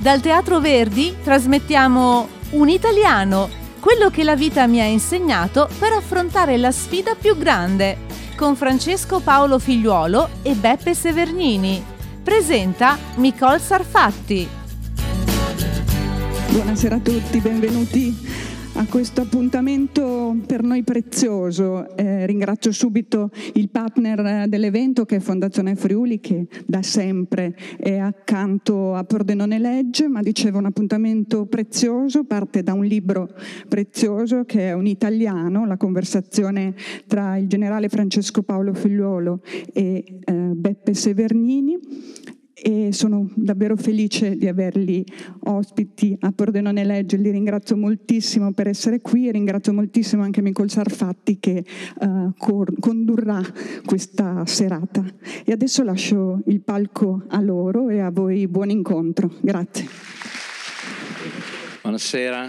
Dal Teatro Verdi trasmettiamo Un italiano, quello che la vita mi ha insegnato per affrontare la sfida più grande, con Francesco Paolo Figliuolo e Beppe Severnini. Presenta Nicole Sarfatti. Buonasera a tutti, benvenuti a questo appuntamento per noi prezioso. Ringrazio subito il partner dell'evento, che è Fondazione Friuli, che da sempre è accanto a Pordenone Legge, ma dicevo un appuntamento prezioso, parte da un libro prezioso che è Un italiano, la conversazione tra il generale Francesco Paolo Figliuolo e Beppe Severnini. E sono davvero felice di averli ospiti a Pordenone Legge. Li ringrazio moltissimo per essere qui e ringrazio moltissimo anche Nicole Sarfatti che condurrà questa serata. E adesso lascio il palco a loro e a voi buon incontro. Grazie. Buonasera.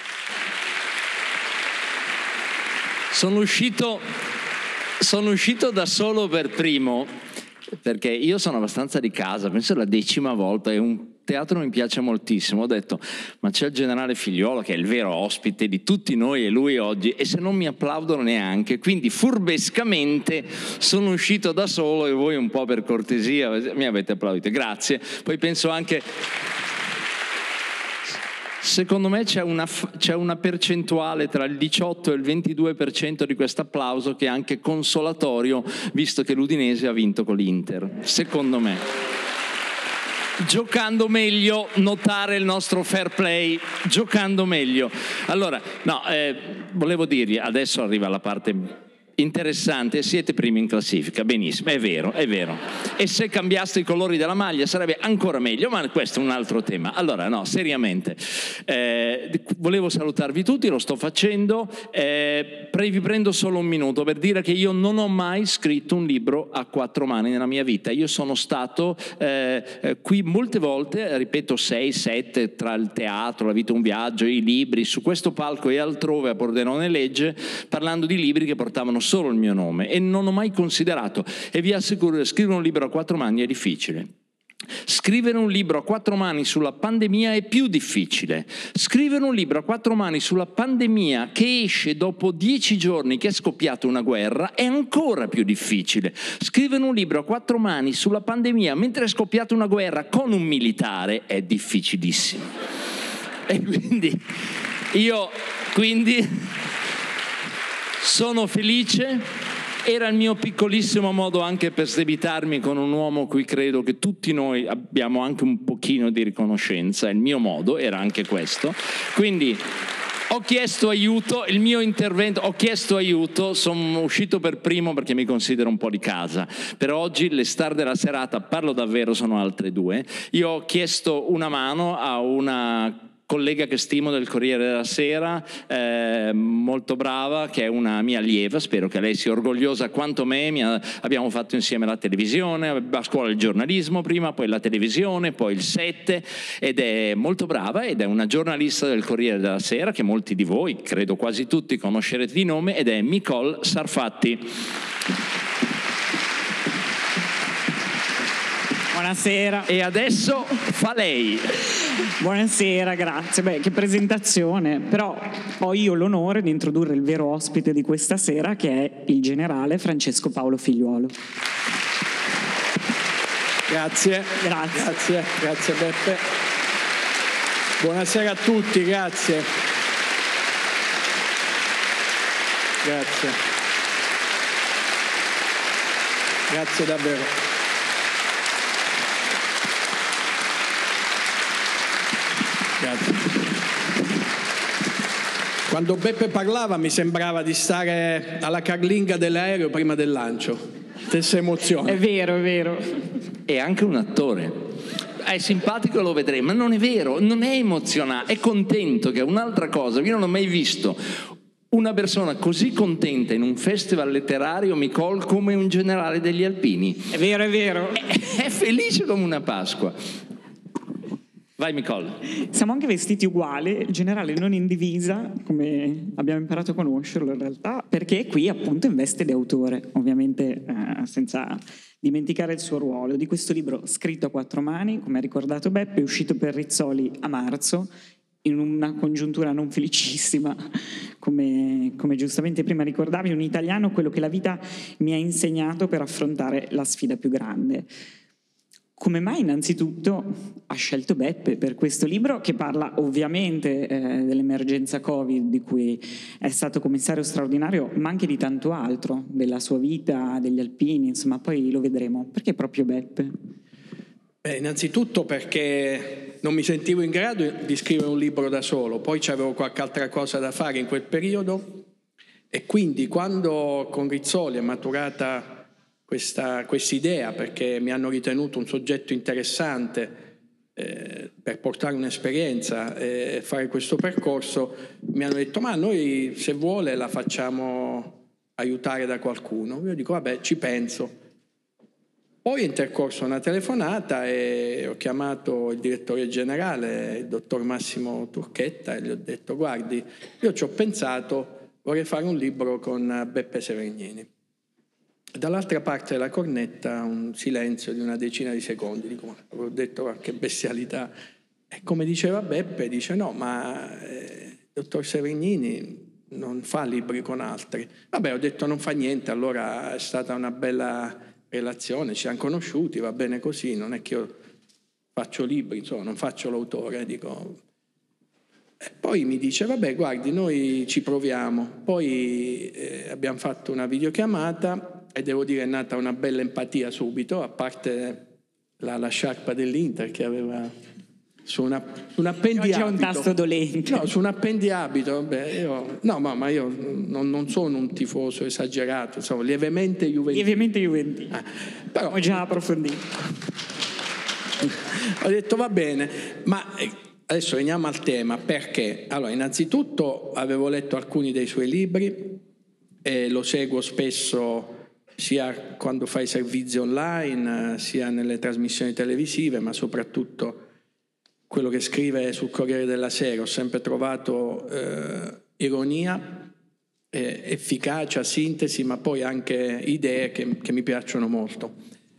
Sono uscito da solo per primo, perché io sono abbastanza di casa, penso è la 10ª volta, e un teatro mi piace moltissimo. Ho detto, ma c'è il generale Figliuolo che è il vero ospite di tutti noi e lui oggi, e se non mi applaudono neanche, quindi furbescamente sono uscito da solo e voi un po' per cortesia mi avete applaudito, grazie. Poi penso anche, secondo me c'è una percentuale tra il 18 e il 22% di questo applauso che è anche consolatorio, visto che l'Udinese ha vinto con l'Inter, secondo me. Giocando meglio, notare il nostro fair play, giocando meglio. Allora, volevo dirvi, adesso arriva la parte interessante, siete primi in classifica, benissimo, è vero. E se cambiaste i colori della maglia sarebbe ancora meglio, ma questo è un altro tema. Allora, no, seriamente, volevo salutarvi tutti, lo sto facendo, vi prendo solo un minuto per dire che io non ho mai scritto un libro a 4 mani nella mia vita. Io sono stato qui molte volte, ripeto 6, 7, tra il teatro, La vita è un viaggio, i libri, su questo palco e altrove a Pordenone Legge, parlando di libri che portavano solo il mio nome, e non ho mai considerato, e vi assicuro che scrivere un libro a 4 mani è difficile. Scrivere un libro a 4 mani sulla pandemia è più difficile. Scrivere un libro a 4 mani sulla pandemia che esce dopo 10 giorni che è scoppiata una guerra è ancora più difficile. Scrivere un libro a 4 mani sulla pandemia mentre è scoppiata una guerra con un militare è difficilissimo. E quindi sono felice, era il mio piccolissimo modo anche per sdebitarmi con un uomo cui credo che tutti noi abbiamo anche un pochino di riconoscenza, il mio modo era anche questo, quindi ho chiesto aiuto, il mio intervento, ho chiesto aiuto, sono uscito per primo perché mi considero un po' di casa. Per oggi le star della serata, parlo davvero, sono altre 2. Io ho chiesto una mano a una collega che stimo del Corriere della Sera, molto brava, che è una mia allieva, spero che lei sia orgogliosa quanto me. Abbiamo fatto insieme la televisione, a scuola il giornalismo prima, poi la televisione, poi il 7, ed è molto brava ed è una giornalista del Corriere della Sera che molti di voi, credo quasi tutti, conoscerete di nome, ed è Nicole Sarfatti. Buonasera. E adesso fa lei. Buonasera, grazie. Che presentazione. Però ho io l'onore di introdurre il vero ospite di questa sera, che è il generale Francesco Paolo Figliuolo. Grazie Beppe. Buonasera a tutti, grazie davvero. Grazie. Quando Beppe parlava mi sembrava di stare alla carlinga dell'aereo prima del lancio. Stessa emozione. È vero. È anche un attore. È simpatico, lo vedremo, ma non è vero, non è emozionante, è contento, che è un'altra cosa. Io non ho mai visto una persona così contenta in un festival letterario, Nicole, come un generale degli Alpini. È vero. È felice come una Pasqua. Vai Nicole. Siamo anche vestiti uguali, il generale non in divisa, come abbiamo imparato a conoscerlo in realtà, perché qui appunto in veste di autore, ovviamente senza dimenticare il suo ruolo, di questo libro scritto a 4 mani, come ha ricordato Beppe, è uscito per Rizzoli a marzo, in una congiuntura non felicissima, come giustamente prima ricordavi, un italiano, quello che la vita mi ha insegnato per affrontare la sfida più grande. Come mai innanzitutto ha scelto Beppe per questo libro, che parla ovviamente dell'emergenza Covid, di cui è stato commissario straordinario, ma anche di tanto altro, della sua vita, degli alpini, insomma, poi lo vedremo. Perché proprio Beppe? Innanzitutto perché non mi sentivo in grado di scrivere un libro da solo, poi c'avevo qualche altra cosa da fare in quel periodo, e quindi quando con Rizzoli è maturata questa idea, perché mi hanno ritenuto un soggetto interessante per portare un'esperienza e fare questo percorso, mi hanno detto: ma noi, se vuole, la facciamo aiutare da qualcuno. Io dico: vabbè, ci penso. Poi è intercorso una telefonata e ho chiamato il direttore generale, il dottor Massimo Turchetta, e gli ho detto: guardi, io ci ho pensato, vorrei fare un libro con Beppe Severgnini. Dall'altra parte della cornetta un silenzio di una decina di secondi. Dico: ho detto, che bestialità. E come diceva Beppe, dice: no, ma il dottor Severgnini non fa libri con altri. Vabbè, ho detto: non fa niente, allora è stata una bella relazione, ci siamo conosciuti, va bene così, non è che io faccio libri, insomma, non faccio l'autore, dico. E poi mi dice: vabbè, guardi, noi ci proviamo. Poi abbiamo fatto una videochiamata e devo dire è nata una bella empatia subito, a parte la sciarpa dell'Inter che aveva su un appendiabito. Oggi è un tasto dolente. No, su un appendiabito. Ma io non sono un tifoso esagerato, insomma, lievemente juventino. Lievemente juventino. Però ho già approfondito. Ho detto: va bene, ma adesso veniamo al tema. Perché? Allora, innanzitutto avevo letto alcuni dei suoi libri e lo seguo spesso sia quando fa i servizi online, sia nelle trasmissioni televisive, ma soprattutto quello che scrive sul Corriere della Sera. Ho sempre trovato ironia, efficacia, sintesi, ma poi anche idee che mi piacciono molto.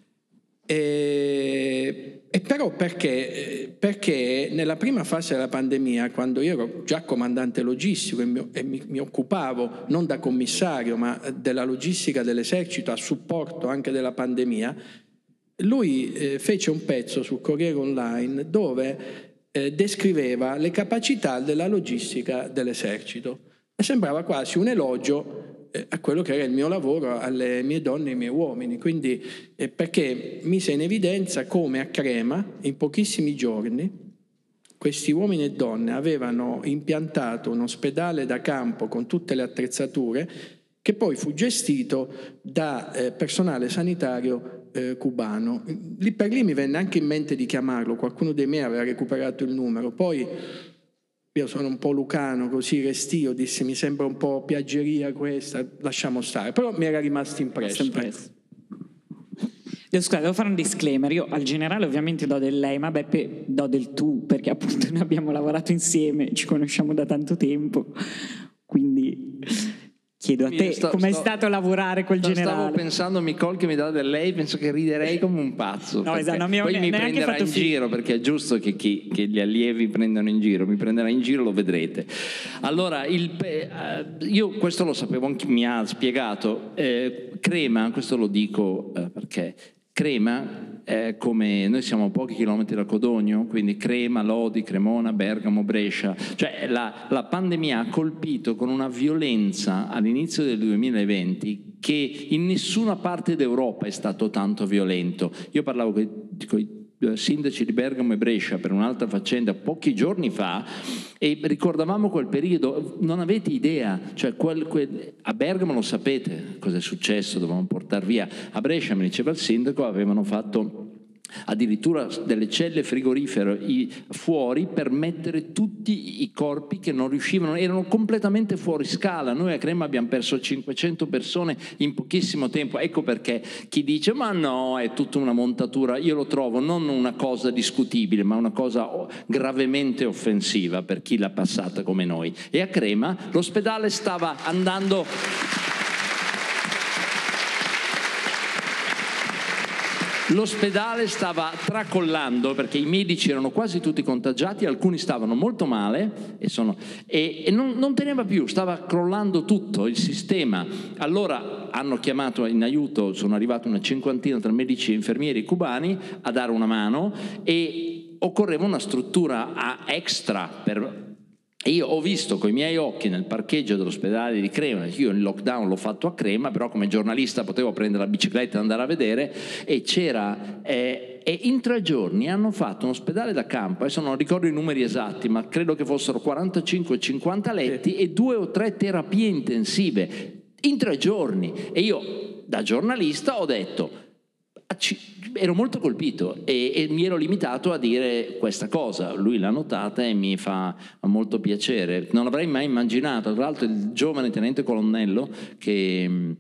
E però perché nella prima fase della pandemia, quando io ero già comandante logistico e mi occupavo non da commissario ma della logistica dell'esercito a supporto anche della pandemia, lui fece un pezzo sul Corriere Online dove descriveva le capacità della logistica dell'esercito e sembrava quasi un elogio a quello che era il mio lavoro, alle mie donne e ai miei uomini. Quindi perché mise in evidenza come a Crema in pochissimi giorni questi uomini e donne avevano impiantato un ospedale da campo con tutte le attrezzature che poi fu gestito da personale sanitario cubano. Lì per lì mi venne anche in mente di chiamarlo, qualcuno dei miei aveva recuperato il numero, poi io sono un po' lucano, così restio, disse: mi sembra un po' piaggeria questa, lasciamo stare, però mi era rimasto impresso. Devo fare un disclaimer. Io al generale ovviamente do del lei, ma Beppe do del tu, perché appunto noi abbiamo lavorato insieme, ci conosciamo da tanto tempo, quindi chiedo a te com'è stato lavorare col generale. Stavo pensando, Micol, che mi dà del lei, penso che riderei come un pazzo. No, esatto, poi mi prenderà in giro, perché è giusto che gli allievi prendano in giro, mi prenderà in giro, lo vedrete. Allora, io questo lo sapevo, anche mi ha spiegato. Crema, questo lo dico perché Crema è come, noi siamo a pochi chilometri da Codogno, quindi Crema, Lodi, Cremona, Bergamo, Brescia, cioè la pandemia ha colpito con una violenza all'inizio del 2020 che in nessuna parte d'Europa è stato tanto violento. Io parlavo con i sindaci di Bergamo e Brescia per un'altra faccenda pochi giorni fa e ricordavamo quel periodo. Non avete idea, cioè a Bergamo lo sapete cosa è successo, dovevamo portare via. A Brescia, mi diceva il sindaco, avevano fatto addirittura delle celle frigorifere fuori per mettere tutti i corpi che non riuscivano, erano completamente fuori scala. Noi a Crema abbiamo perso 500 persone in pochissimo tempo. Ecco perché chi dice ma no, è tutta una montatura, io lo trovo non una cosa discutibile ma una cosa gravemente offensiva per chi l'ha passata come noi. E a Crema l'ospedale stava andando... L'ospedale stava tracollando perché i medici erano quasi tutti contagiati, alcuni stavano molto male e non teneva più, stava crollando tutto il sistema. Allora hanno chiamato in aiuto, sono arrivati una cinquantina tra medici e infermieri cubani a dare una mano e occorreva una struttura extra per... E io ho visto coi miei occhi nel parcheggio dell'ospedale di Crema, io il lockdown l'ho fatto a Crema, però come giornalista potevo prendere la bicicletta e andare a vedere, e c'era... e in 3 giorni hanno fatto un ospedale da campo, adesso non ricordo i numeri esatti, ma credo che fossero 45-50 letti e 2 o 3 terapie intensive, in 3 giorni. E io da giornalista ho detto... ero molto colpito e mi ero limitato a dire questa cosa. Lui l'ha notata e mi fa molto piacere. Non l'avrei mai immaginato. Tra l'altro il giovane tenente colonnello che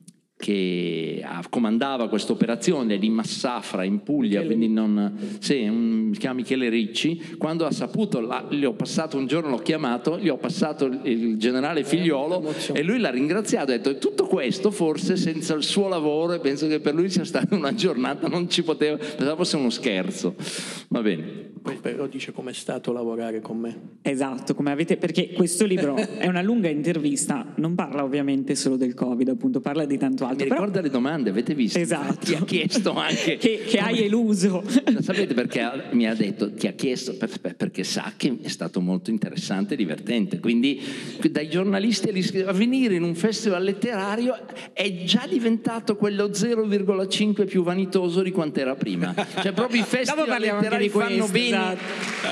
comandava questa operazione di Massafra in Puglia, quindi si chiama Michele Ricci, quando ha saputo, gli ho passato un giorno, l'ho chiamato, gli ho passato il generale Figliuolo e lui l'ha ringraziato, ha detto tutto questo forse senza il suo lavoro, e penso che per lui sia stata una giornata, non ci poteva, pensavo fosse uno scherzo. Va bene. Poi però dice com'è stato lavorare con me. Esatto, come avete, perché questo libro è una lunga intervista, non parla ovviamente solo del Covid, appunto, parla di tanto altro. Mi ricorda le domande, avete visto? Esatto. Ti ha chiesto anche che hai eluso. Sapete perché mi ha detto? Ti ha chiesto perché sa che è stato molto interessante e divertente. Quindi dai giornalisti a venire in un festival letterario è già diventato quello 0,5 più vanitoso di quant'era prima. Cioè proprio i festival letterari fanno bene. Esatto.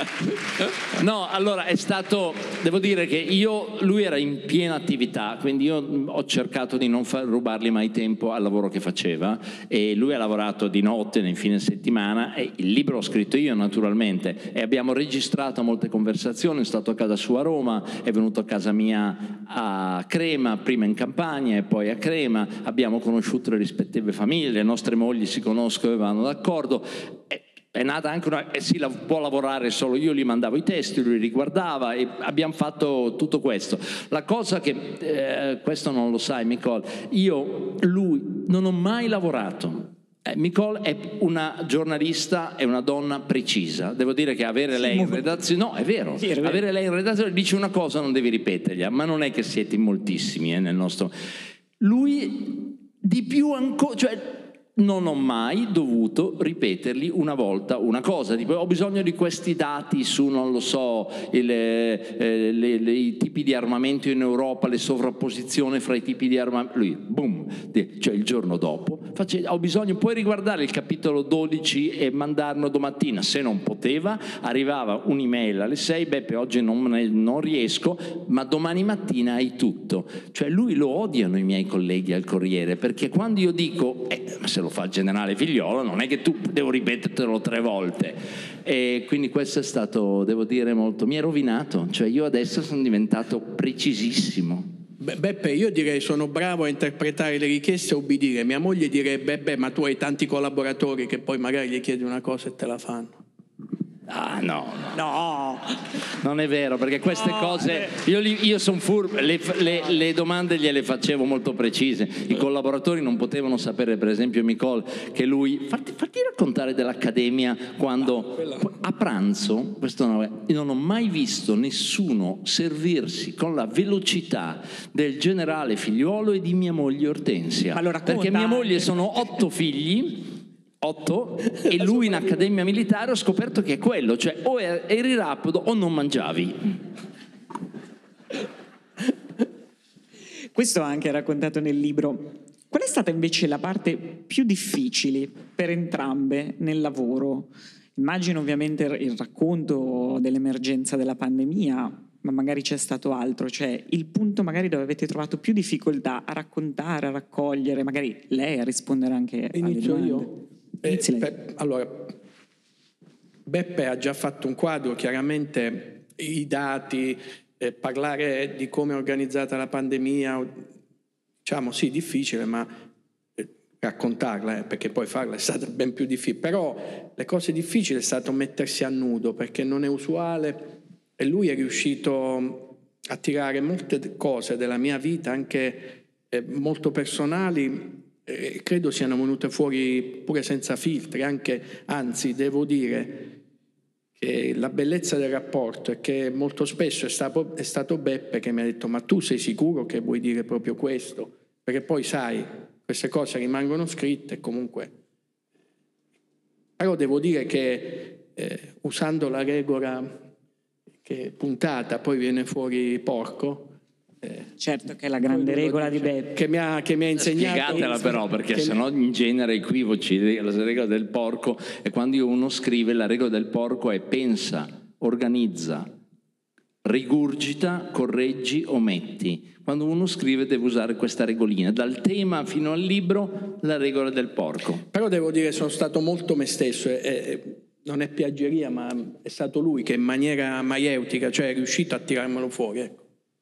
No, allora è stato, devo dire che lui era in piena attività, quindi io ho cercato di non rubargli mai tempo al lavoro che faceva, e lui ha lavorato di notte nei fine settimana, e il libro l'ho scritto io naturalmente, e abbiamo registrato molte conversazioni. È stato a casa sua a Roma, è venuto a casa mia a Crema, prima in Campania e poi a Crema, abbiamo conosciuto le rispettive famiglie, le nostre mogli si conoscono e vanno d'accordo. È nata anche può lavorare solo, io gli mandavo i testi, lui li riguardava e abbiamo fatto tutto questo. La cosa che, questo non lo sai Nicole, lui non ho mai lavorato. Nicole è una giornalista, è una donna precisa. Devo dire che avere lei in redazione, no, è vero, avere lei in redazione, dice una cosa, non devi ripeterla, ma non è che siete in moltissimi nel nostro. Lui di più ancora, cioè non ho mai dovuto ripetergli una volta una cosa, tipo ho bisogno di questi dati su, non lo so, i tipi di armamento in Europa, le sovrapposizioni fra i tipi di armamento. Lui, boom, cioè il giorno dopo, ho bisogno, puoi riguardare il capitolo 12 e mandarlo domattina. Se non poteva, arrivava un'email alle 6, Beppe oggi non riesco, ma domani mattina hai tutto. Cioè lui lo odiano i miei colleghi al Corriere, perché quando io dico, ma se lo fa il generale Figliuolo, non è che tu devo ripetertelo 3 volte. E quindi questo è stato, devo dire, molto, mi è rovinato, cioè io adesso sono diventato precisissimo. Beppe, io direi sono bravo a interpretare le richieste e a ubbidire. Mia moglie direbbe, ma tu hai tanti collaboratori che poi magari gli chiedi una cosa e te la fanno. Ah no, non è vero, perché queste cose io sono furbo, le domande gliele facevo molto precise. I collaboratori non potevano sapere, per esempio Nicole, che lui fatti raccontare dell'Accademia quando a pranzo, non ho mai visto nessuno servirsi con la velocità del generale Figliuolo e di mia moglie Ortensia, perché mia moglie sono 8 figli, 8, e lui in accademia militare ho scoperto che è quello, cioè o eri rapido o non mangiavi. Questo anche è raccontato nel libro. Qual è stata invece la parte più difficile per entrambe nel lavoro? Immagino ovviamente il racconto dell'emergenza della pandemia, ma magari c'è stato altro, cioè il punto magari dove avete trovato più difficoltà a raccontare, a raccogliere, magari lei a rispondere anche alle domande. Io? Allora, Beppe ha già fatto un quadro, chiaramente i dati, parlare di come è organizzata la pandemia, diciamo sì, difficile, ma raccontarla, perché poi farla è stata ben più difficile. Però le cose difficili è stato mettersi a nudo, perché non è usuale, e lui è riuscito a tirare molte cose della mia vita, anche molto personali, credo siano venute fuori pure senza filtri, anzi devo dire che la bellezza del rapporto è che molto spesso è stato Beppe che mi ha detto: ma tu sei sicuro che vuoi dire proprio questo? Perché poi sai, queste cose rimangono scritte e comunque. Però devo dire che usando la regola che puntata poi viene fuori porco. Certo che è la grande regola di Beppe. Che mi ha insegnato. Spiegatela però, perché sennò in genere equivoci. La regola del porco è quando uno scrive, la regola del porco è: pensa, organizza, rigurgita, correggi, ometti. Quando uno scrive deve usare questa regolina, dal tema fino al libro, la regola del porco. Però devo dire, sono stato molto me stesso, non è piaggeria, ma è stato lui che in maniera maieutica, cioè è riuscito a tirarmelo fuori, ecco.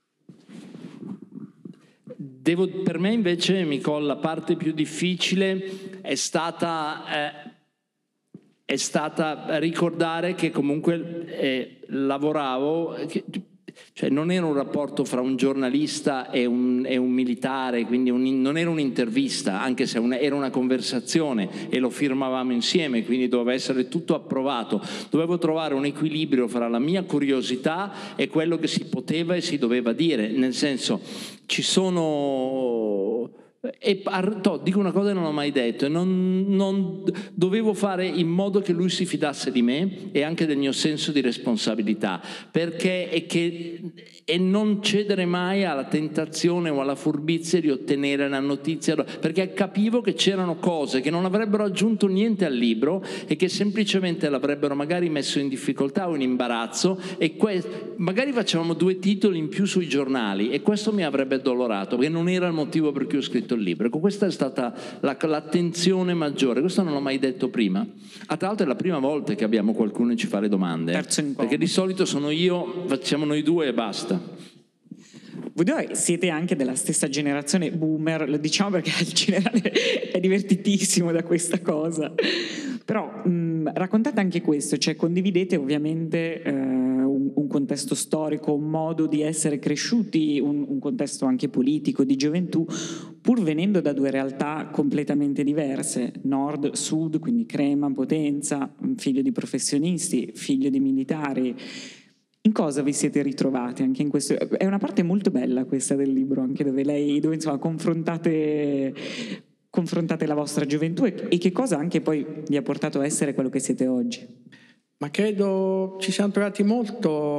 Per me invece, Nicole, la parte più difficile è stata ricordare che comunque lavoravo, cioè non era un rapporto fra un giornalista e un militare, quindi non era un'intervista, anche se era una conversazione e lo firmavamo insieme, quindi doveva essere tutto approvato. Dovevo trovare un equilibrio fra la mia curiosità e quello che si poteva e si doveva dire, nel senso, ci sono... dico una cosa che non ho mai detto, non dovevo fare in modo che lui si fidasse di me e anche del mio senso di responsabilità, e non cedere mai alla tentazione o alla furbizia di ottenere la notizia, perché capivo che c'erano cose che non avrebbero aggiunto niente al libro e che semplicemente l'avrebbero magari messo in difficoltà o in imbarazzo, e magari facevamo 2 titoli in più sui giornali e questo mi avrebbe addolorato, perché non era il motivo per cui ho scritto il libro. Ecco, questa è stata l'attenzione maggiore. Questo non l'ho mai detto prima. Tra l'altro è la prima volta che abbiamo qualcuno che ci fa le domande, perché di solito sono io, facciamo noi 2 e basta. Voi 2 siete anche della stessa generazione boomer, lo diciamo perché il generale è divertitissimo da questa cosa. Però raccontate anche questo, cioè condividete ovviamente un contesto storico, un modo di essere cresciuti, un contesto anche politico, di gioventù, pur venendo da 2 realtà completamente diverse, nord, sud, quindi Crema, Potenza, figlio di professionisti, figlio di militari. In cosa vi siete ritrovati anche in questo? È una parte molto bella questa del libro, anche dove insomma confrontate la vostra gioventù e che cosa anche poi vi ha portato a essere quello che siete oggi. Ma credo ci siamo trovati molto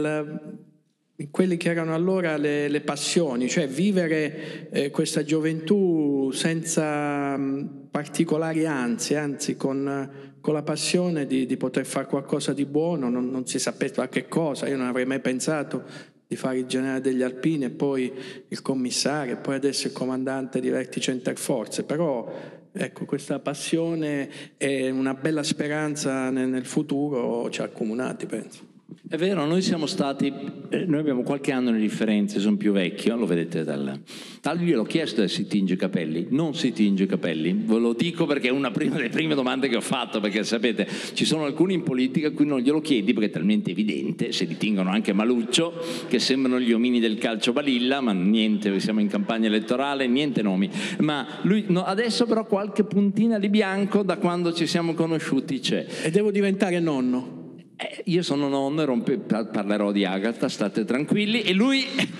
in quelli che erano allora le passioni, cioè vivere questa gioventù senza particolari anzi con la passione di poter fare qualcosa di buono, non si sapeva che cosa. Io non avrei mai pensato di fare il generale degli Alpini e poi il commissario e poi adesso il comandante di vertice interforze, però ecco, questa passione e una bella speranza nel futuro ci ha accomunati, penso. È vero, noi abbiamo qualche anno di differenza, sono più vecchio, lo vedete io gliel'ho chiesto se si tinge i capelli, non si tinge i capelli, ve lo dico perché è una delle prime domande che ho fatto, perché sapete, ci sono alcuni in politica a cui non glielo chiedi perché è talmente evidente, se li tingono anche Maluccio, che sembrano gli omini del calcio balilla, ma niente, siamo in campagna elettorale, niente nomi, ma lui adesso però qualche puntina di bianco da quando ci siamo conosciuti c'è. E devo diventare nonno. Io sono nonno e parlerò di Agatha, state tranquilli. E lui...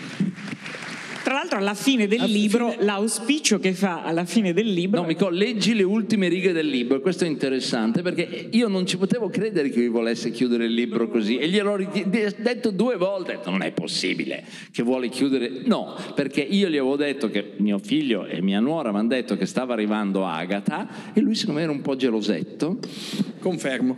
Tra l'altro alla fine del libro, l'auspicio che fa alla fine del libro... No, Mico, leggi le ultime righe del libro, questo è interessante, perché io non ci potevo credere che lui volesse chiudere il libro così, e gliel'ho detto 2 volte, ho detto, non è possibile che vuole chiudere... No, perché io gli avevo detto che mio figlio e mia nuora mi hanno detto che stava arrivando Agatha, e lui secondo me era un po' gelosetto. Confermo.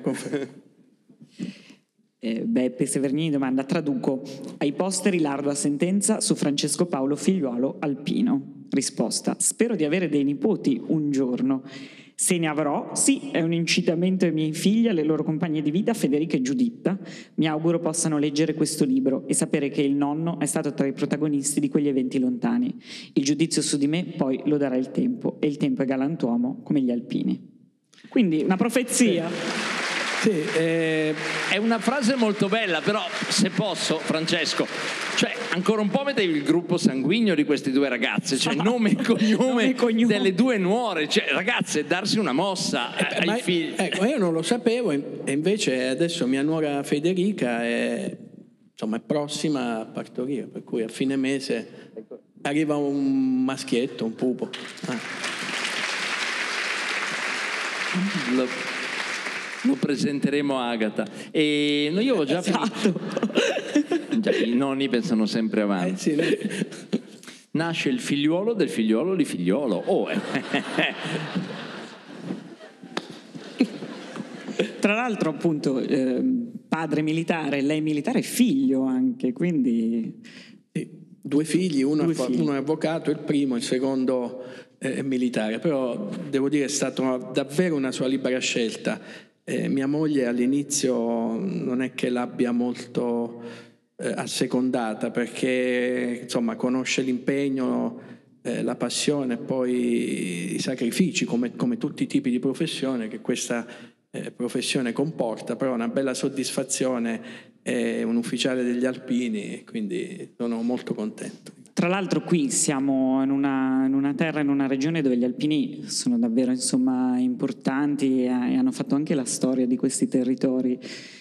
Beppe Severnini domanda, traduco, ai posteri l'ardua sentenza su Francesco Paolo Figliuolo Alpino. Risposta, spero di avere dei nipoti un giorno. Se ne avrò, sì, è un incitamento ai miei figli, alle loro compagne di vita, Federica e Giuditta. Mi auguro possano leggere questo libro e sapere che il nonno è stato tra i protagonisti di quegli eventi lontani. Il giudizio su di me poi lo darà il tempo, e il tempo è galantuomo come gli alpini. Quindi una profezia. Sì, è una frase molto bella, però se posso, Francesco, cioè ancora un po' vedevi il gruppo sanguigno di queste due ragazze, cioè nome e cognome delle due nuore, cioè ragazze, darsi una mossa ai figli. Ecco, io non lo sapevo, e invece adesso mia nuora Federica è prossima a partorire, per cui a fine mese arriva un maschietto, un pupo. Lo presenteremo a Agata. E io ho già finito. Già, i nonni pensano sempre avanti. Sì. Nasce il figliuolo del figliuolo di figliuolo. Tra l'altro, appunto, padre militare, lei militare, figlio anche, quindi... Sì, due figli, uno è avvocato, il primo, il secondo è militare, però devo dire è stata davvero una sua libera scelta. Mia moglie all'inizio non è che l'abbia molto assecondata, perché insomma conosce l'impegno, la passione e poi i sacrifici come tutti i tipi di professione che questa professione comporta, però una bella soddisfazione, è un ufficiale degli Alpini e quindi sono molto contento. Tra l'altro qui siamo in una terra, in una regione dove gli alpini sono davvero importanti e hanno fatto anche la storia di questi territori.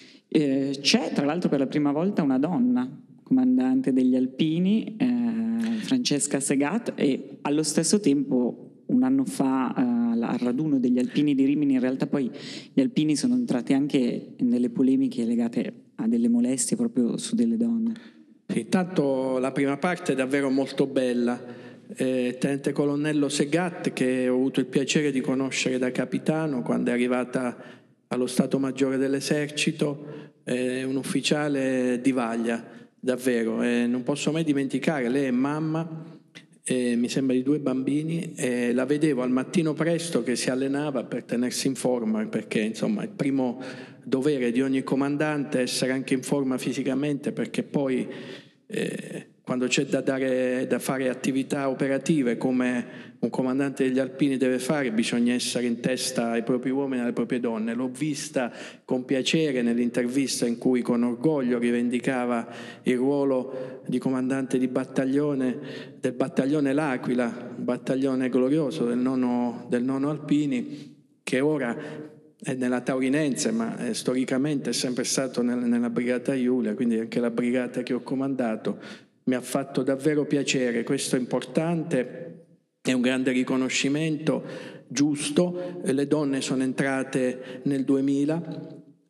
C'è tra l'altro per la prima volta una donna comandante degli alpini, Francesca Segat, e allo stesso tempo un anno fa al raduno degli alpini di Rimini, in realtà poi gli alpini sono entrati anche nelle polemiche legate a delle molestie proprio su delle donne. Intanto la prima parte è davvero molto bella. Tenente colonnello Segat, che ho avuto il piacere di conoscere da capitano quando è arrivata allo Stato Maggiore dell'Esercito, è un ufficiale di vaglia, davvero. Non posso mai dimenticare, lei è mamma, mi sembra di 2 bambini, e la vedevo al mattino presto che si allenava per tenersi in forma, perché insomma il primo dovere di ogni comandante è essere anche in forma fisicamente, perché poi quando c'è da fare attività operative come un comandante degli Alpini deve fare, bisogna essere in testa ai propri uomini e alle proprie donne. L'ho vista con piacere nell'intervista in cui con orgoglio rivendicava il ruolo di comandante di battaglione del battaglione L'Aquila, un battaglione glorioso del nono Alpini, che ora è nella Taurinense, ma storicamente è sempre stato nella Brigata Iulia, quindi anche la brigata che ho comandato. Mi ha fatto davvero piacere, questo è importante, è un grande riconoscimento, giusto. Le donne sono entrate nel 2000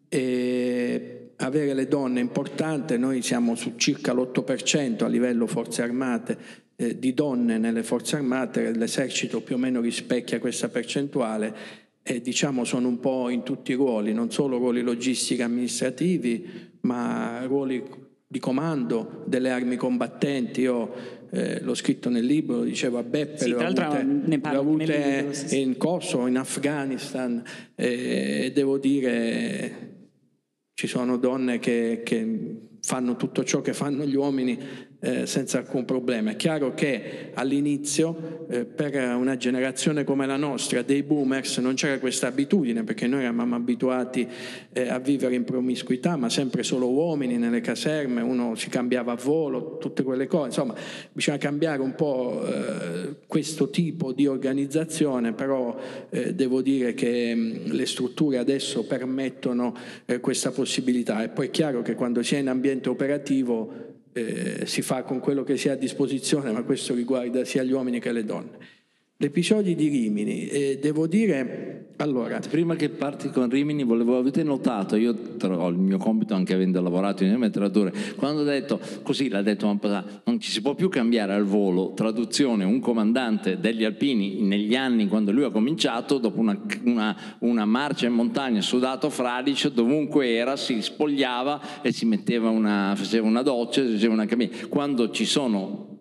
e avere le donne è importante. Noi siamo su circa l'8% a livello forze armate di donne nelle forze armate, l'esercito più o meno rispecchia questa percentuale. E sono un po' in tutti i ruoli, non solo ruoli logistici amministrativi, ma ruoli di comando delle armi combattenti. Io l'ho scritto nel libro, lo dicevo a Beppe, sì, le ho avute in Kosovo, in Afghanistan, e devo dire ci sono donne che fanno tutto ciò che fanno gli uomini senza alcun problema. È chiaro che all'inizio per una generazione come la nostra, dei boomers, non c'era questa abitudine, perché noi eravamo abituati a vivere in promiscuità, ma sempre solo uomini nelle caserme, uno si cambiava a volo, tutte quelle cose. Insomma, bisogna cambiare un po' questo tipo di organizzazione, però devo dire che le strutture adesso permettono questa possibilità. E poi è chiaro che quando si è in ambiente operativo si fa con quello che si ha a disposizione, ma questo riguarda sia gli uomini che le donne. L'episodio di Rimini, devo dire, allora... Prima che parti con Rimini, avete notato, io ho il mio compito anche avendo lavorato in letteratura, quando ho detto, così l'ha detto non ci si può più cambiare al volo, traduzione, un comandante degli Alpini negli anni quando lui ha cominciato, dopo una marcia in montagna sudato fradicio, dovunque era, si spogliava e si metteva faceva una doccia, faceva una camminata. Quando ci sono...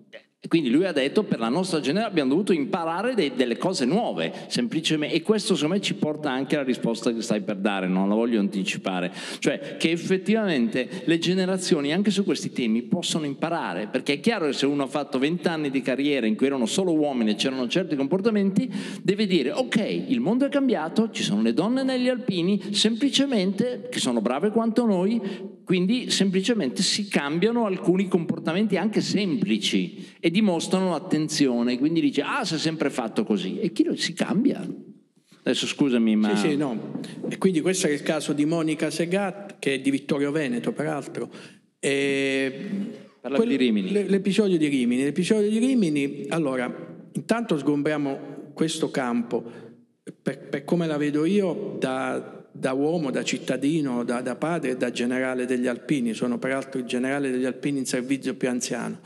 E quindi lui ha detto, per la nostra generazione abbiamo dovuto imparare delle cose nuove, semplicemente, e questo secondo me ci porta anche alla risposta che stai per dare, non la voglio anticipare, cioè che effettivamente le generazioni anche su questi temi possono imparare, perché è chiaro che se uno ha fatto 20 anni di carriera in cui erano solo uomini e c'erano certi comportamenti, deve dire ok, il mondo è cambiato, ci sono le donne negli alpini, semplicemente, che sono brave quanto noi, quindi semplicemente si cambiano alcuni comportamenti anche semplici e dimostrano attenzione, quindi dice si è sempre fatto così, e chi si cambia. Adesso scusami, ma... Sì, no. E quindi questo è il caso di Monica Segat, che è di Vittorio Veneto peraltro. Parla di Rimini. L'episodio di Rimini, allora, intanto sgombriamo questo campo per come la vedo io da uomo, da cittadino, da padre e da generale degli alpini. Sono peraltro il generale degli alpini in servizio più anziano.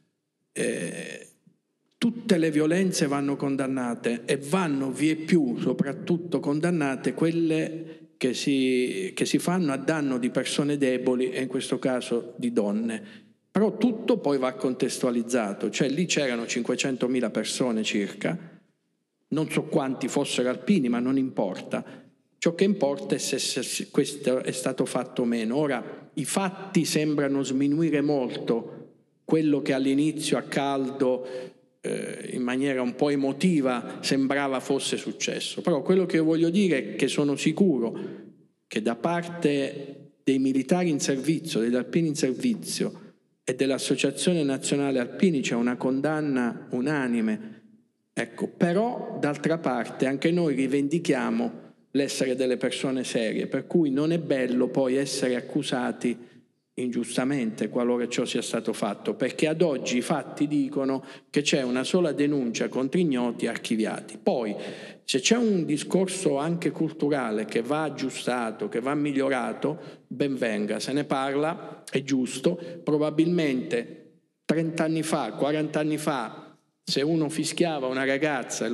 Tutte le violenze vanno condannate e vanno vieppiù soprattutto condannate quelle che si fanno a danno di persone deboli e in questo caso di donne. Però tutto poi va contestualizzato, cioè lì c'erano 500.000 persone circa, non so quanti fossero alpini, ma non importa. Ciò che importa è se questo è stato fatto o meno. Ora, i fatti sembrano sminuire molto quello che all'inizio a caldo, in maniera un po' emotiva, sembrava fosse successo. Però quello che voglio dire è che sono sicuro che da parte dei militari in servizio, degli alpini in servizio e dell'Associazione Nazionale Alpini c'è una condanna unanime. Ecco, però d'altra parte anche noi rivendichiamo l'essere delle persone serie, per cui non è bello poi essere accusati ingiustamente qualora ciò sia stato fatto, perché ad oggi i fatti dicono che c'è una sola denuncia contro ignoti archiviati. Poi se c'è un discorso anche culturale che va aggiustato, che va migliorato, ben venga, se ne parla, è giusto. Probabilmente 30 anni fa, 40 anni fa, se uno fischiava una ragazza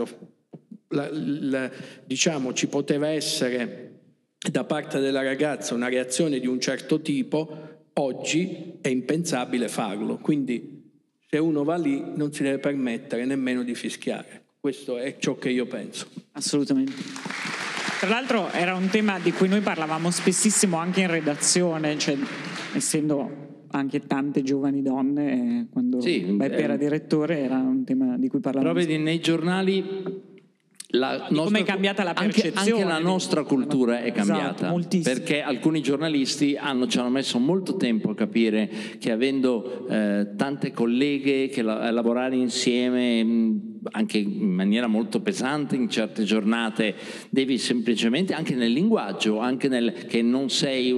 diciamo ci poteva essere da parte della ragazza una reazione di un certo tipo. Oggi è impensabile farlo, quindi se uno va lì non si deve permettere nemmeno di fischiare. Questo è ciò che io penso. Assolutamente. Tra l'altro era un tema di cui noi parlavamo spessissimo anche in redazione, cioè essendo anche tante giovani donne, quando Beppe era direttore era un tema di cui parlavamo. Però vedi, nei giornali come è cambiata la percezione. Anche la nostra cultura è cambiata, esatto, perché alcuni giornalisti ci hanno messo molto tempo a capire che avendo tante colleghe che lavorare insieme anche in maniera molto pesante in certe giornate, devi semplicemente, anche nel linguaggio, anche che non sei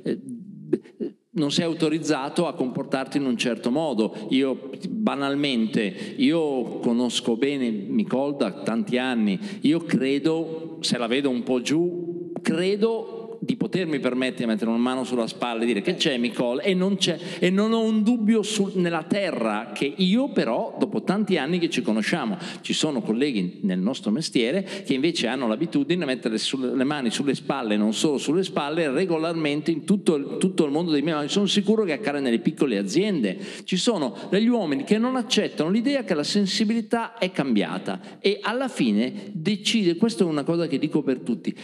autorizzato a comportarti in un certo modo. Io conosco bene Nicole da tanti anni, io credo, se la vedo un po' giù, credo di potermi permettere di mettere una mano sulla spalla e dire che c'è Nicole, e non ho un dubbio nella terra che io però, dopo tanti anni che ci conosciamo, ci sono colleghi nel nostro mestiere che invece hanno l'abitudine di mettere le mani sulle spalle, non solo sulle spalle, regolarmente in tutto il mondo dei miei. Sono sicuro che accade nelle piccole aziende. Ci sono degli uomini che non accettano l'idea che la sensibilità è cambiata e alla fine decide, questa è una cosa che dico per tutti,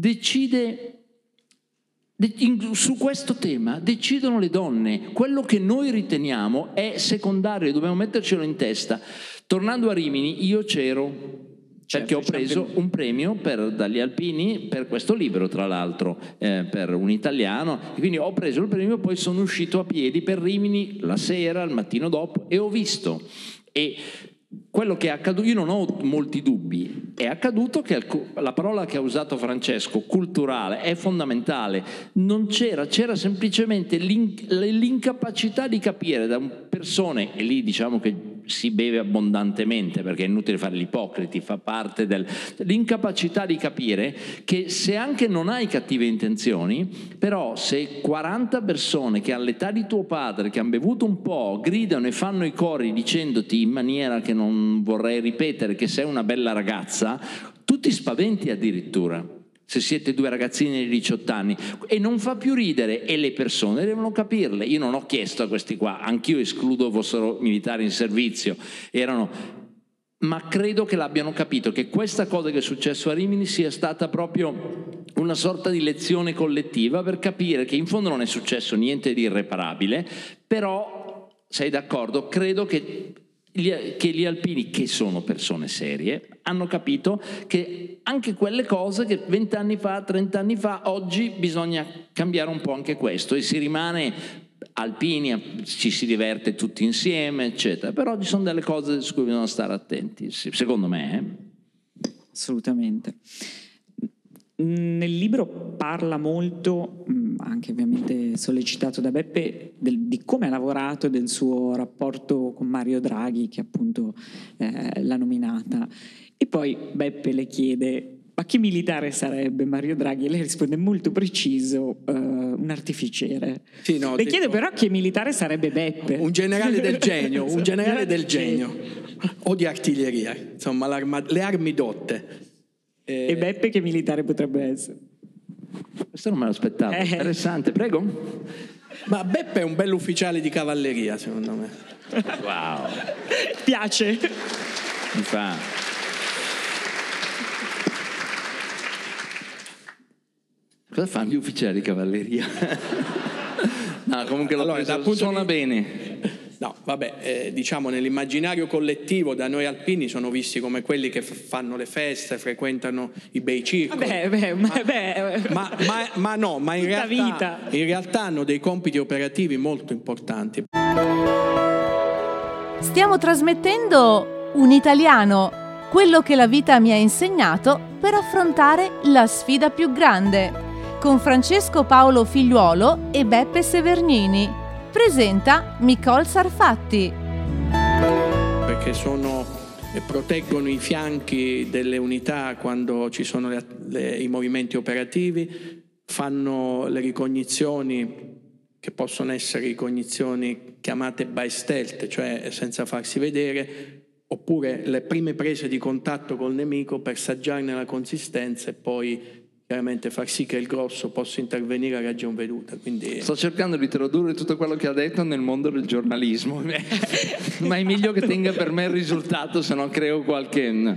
su questo tema decidono le donne. Quello che noi riteniamo è secondario, dobbiamo mettercelo in testa. Tornando a Rimini, io c'ero perché ho preso un premio dagli alpini per questo libro, tra l'altro, per un italiano, e quindi ho preso il premio, poi sono uscito a piedi per Rimini la sera, il mattino dopo, e ho visto. E quello che è accaduto, io non ho molti dubbi, è accaduto che la parola che ha usato Francesco, culturale, è fondamentale. Non c'era semplicemente l'incapacità di capire da persone, e lì diciamo che si beve abbondantemente perché è inutile fare gli ipocriti, fa parte dell'incapacità di capire che se anche non hai cattive intenzioni, però se 40 persone che all'età di tuo padre, che hanno bevuto un po', gridano e fanno i cori dicendoti in maniera che non vorrei ripetere che sei una bella ragazza, tu ti spaventi addirittura. se siete due ragazzini di 18 anni, e non fa più ridere, e le persone devono capirle. Io non ho chiesto a questi qua, anch'io escludo fossero militari in servizio, ma credo che l'abbiano capito, che questa cosa che è successo a Rimini sia stata proprio una sorta di lezione collettiva per capire che in fondo non è successo niente di irreparabile, però, sei d'accordo, credo che gli alpini, che sono persone serie, hanno capito che anche quelle cose che 20 anni fa, 30 anni fa, oggi bisogna cambiare un po' anche questo, e si rimane alpini, ci si diverte tutti insieme, eccetera, però ci sono delle cose su cui bisogna stare attenti, secondo me. Assolutamente. Nel libro parla molto, anche ovviamente sollecitato da Beppe, di come ha lavorato e del suo rapporto con Mario Draghi, che appunto l'ha nominata. E poi Beppe le chiede: ma che militare sarebbe Mario Draghi? E lei risponde molto preciso: un artificiere. Sì, no, le chiede però che militare sarebbe Beppe. Un generale del genio, un generale del genio, o di artiglieria, insomma le armi dotte. E Beppe che militare potrebbe essere? Questo non me l'aspettavo, interessante, prego. Ma Beppe è un bell'ufficiale di cavalleria, secondo me. Wow. Piace. Mi fa... Cosa fanno gli ufficiali di cavalleria? No, comunque suona bene. No, vabbè, diciamo nell'immaginario collettivo da noi alpini sono visti come quelli che fanno le feste, frequentano i bei circoli. Ma no, ma in realtà hanno dei compiti operativi molto importanti. Stiamo trasmettendo Un italiano, quello che la vita mi ha insegnato per affrontare la sfida più grande, con Francesco Paolo Figliuolo e Beppe Severnini. Presenta Micol Sarfatti. Perché proteggono i fianchi delle unità quando ci sono i movimenti operativi, fanno le ricognizioni che possono essere ricognizioni chiamate by stealth, cioè senza farsi vedere, oppure le prime prese di contatto col nemico per saggiarne la consistenza e poi chiaramente far sì che il grosso possa intervenire a ragion veduta. Quindi... Sto cercando di tradurre tutto quello che ha detto nel mondo del giornalismo, ma è meglio che tenga per me il risultato, se no creo qualche... No,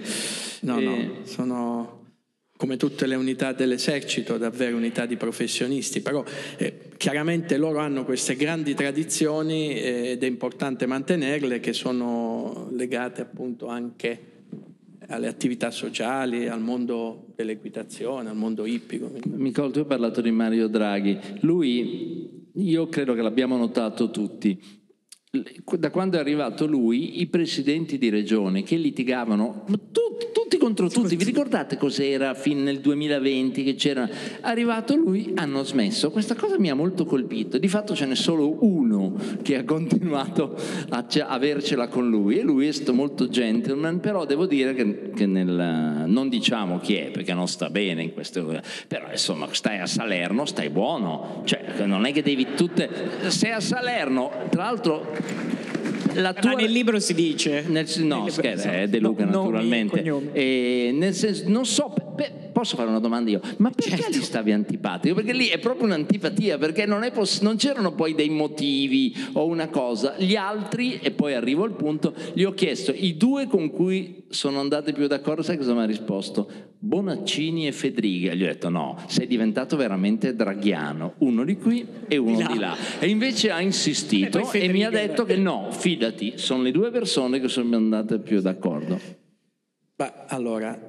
sono come tutte le unità dell'esercito, davvero unità di professionisti, però chiaramente loro hanno queste grandi tradizioni ed è importante mantenerle, che sono legate appunto anche alle attività sociali, al mondo dell'equitazione, al mondo ippico. Micol, tu hai parlato di Mario Draghi. Lui, io credo che l'abbiamo notato tutti, da quando è arrivato lui, i presidenti di regione che litigavano tutti contro tutti, vi ricordate cos'era fin nel 2020 che c'era? Arrivato lui, hanno smesso. Questa cosa mi ha molto colpito. Di fatto ce n'è solo uno che ha continuato a avercela con lui, e lui è stato molto gentleman, però devo dire che non diciamo chi è perché non sta bene in queste cose, però insomma stai a Salerno, stai buono, cioè non è che devi sei a Salerno, tra l'altro ma nel libro si dice è De Luca naturalmente, nel senso, non so, posso fare una domanda io, ma perché gli stavi antipatico? Perché lì è proprio un'antipatia, perché non c'erano poi dei motivi o una cosa. Gli altri, e poi arrivo al punto, gli ho chiesto i due con cui sono andati più d'accordo, sai cosa mi ha risposto? Bonaccini e Fedriga. Gli ho detto no, sei diventato veramente draghiano, uno di qui e uno di là. E invece ha insistito e mi ha detto che no, fidati, sono le due persone che sono andate più d'accordo. Allora,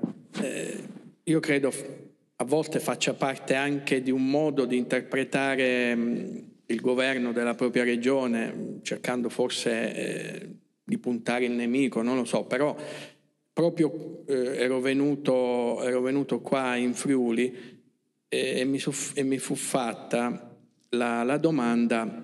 io credo a volte faccia parte anche di un modo di interpretare il governo della propria regione, cercando forse di puntare il nemico, non lo so, però proprio ero venuto qua in Friuli e mi fu fatta la domanda,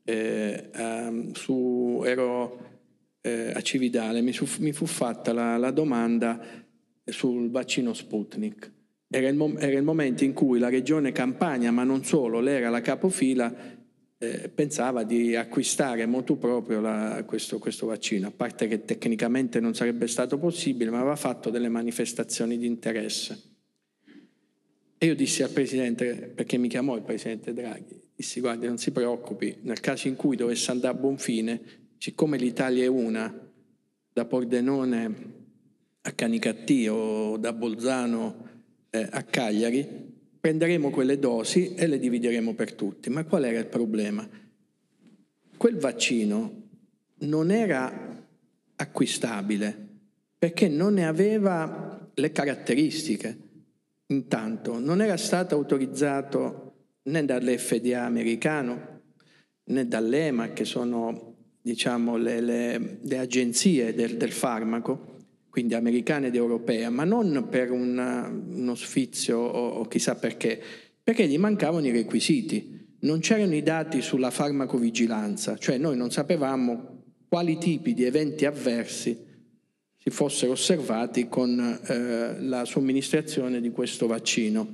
ero a Cividale, mi fu fatta la domanda sul vaccino Sputnik. Era il momento in cui la regione Campania, ma non solo, lei era la capofila, pensava di acquistare motu proprio questo vaccino, a parte che tecnicamente non sarebbe stato possibile, ma aveva fatto delle manifestazioni di interesse. E io dissi al Presidente, perché mi chiamò il Presidente Draghi, dissi: guardi, non si preoccupi, nel caso in cui dovesse andare a buon fine, siccome l'Italia è una, da Pordenone a Canicattì o da Bolzano a Cagliari, prenderemo quelle dosi e le divideremo per tutti. Ma qual era il problema? Quel vaccino non era acquistabile perché non ne aveva le caratteristiche. Intanto non era stato autorizzato né dall'FDA americano né dall'EMA, che sono, diciamo, le agenzie del farmaco, quindi americana ed europea, ma non per uno sfizio o chissà perché gli mancavano i requisiti. Non c'erano i dati sulla farmacovigilanza, cioè noi non sapevamo quali tipi di eventi avversi si fossero osservati con la somministrazione di questo vaccino.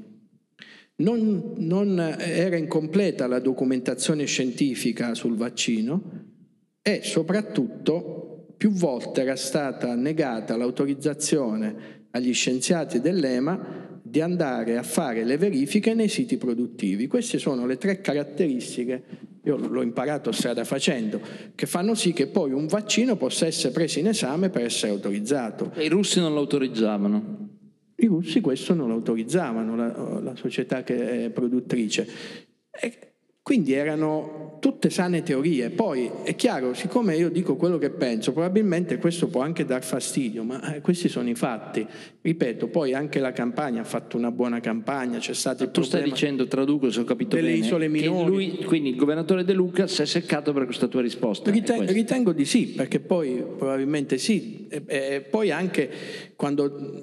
Non era incompleta la documentazione scientifica sul vaccino e soprattutto più volte era stata negata l'autorizzazione agli scienziati dell'EMA di andare a fare le verifiche nei siti produttivi. Queste sono le 3 caratteristiche, io l'ho imparato strada facendo, che fanno sì che poi un vaccino possa essere preso in esame per essere autorizzato. E i russi non lo autorizzavano? I russi questo non lo autorizzavano, la società che è produttrice. E quindi erano tutte sane teorie. Poi è chiaro, siccome io dico quello che penso, probabilmente questo può anche dar fastidio, ma questi sono i fatti. Ripeto, poi anche la campagna ha fatto una buona campagna, c'è stato il problema. Tu stai dicendo, traduco se ho capito delle bene, isole minori. Che lui, quindi il governatore De Luca, si è seccato per questa tua risposta. Ritengo di sì, perché poi probabilmente sì. E poi anche quando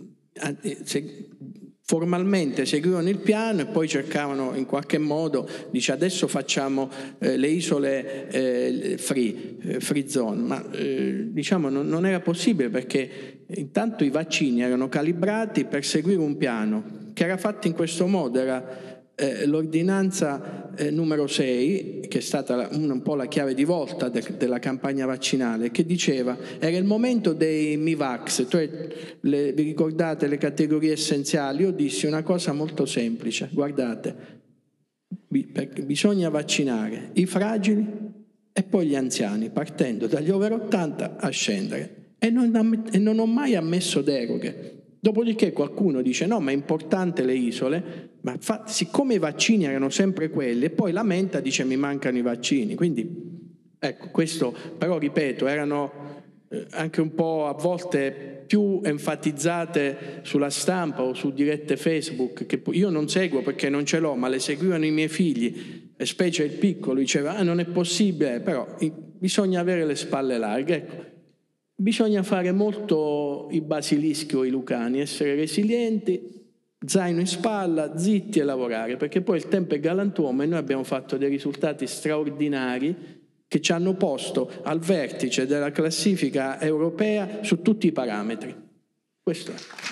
formalmente seguivano il piano e poi cercavano in qualche modo, dice adesso facciamo le isole free zone, ma diciamo non era possibile, perché intanto i vaccini erano calibrati per seguire un piano che era fatto in questo modo. Era l'ordinanza numero 6, che è stata un po' la chiave di volta della campagna vaccinale, che diceva era il momento dei MiVax, cioè vi ricordate le categorie essenziali? Io dissi una cosa molto semplice: guardate, bisogna vaccinare i fragili e poi gli anziani, partendo dagli over 80 a scendere, e non ho mai ammesso deroghe. Dopodiché qualcuno dice no, ma è importante le isole, ma siccome i vaccini erano sempre quelli, e poi lamenta, dice mi mancano i vaccini. Quindi ecco, questo però, ripeto, erano anche un po' a volte più enfatizzate sulla stampa o su dirette Facebook, che io non seguo perché non ce l'ho, ma le seguivano i miei figli, e specie il piccolo diceva non è possibile, però bisogna avere le spalle larghe. Ecco, bisogna fare molto i basilischi o i lucani, essere resilienti, zaino in spalla, zitti e lavorare, perché poi il tempo è galantuomo e noi abbiamo fatto dei risultati straordinari che ci hanno posto al vertice della classifica europea su tutti i parametri. Questo è.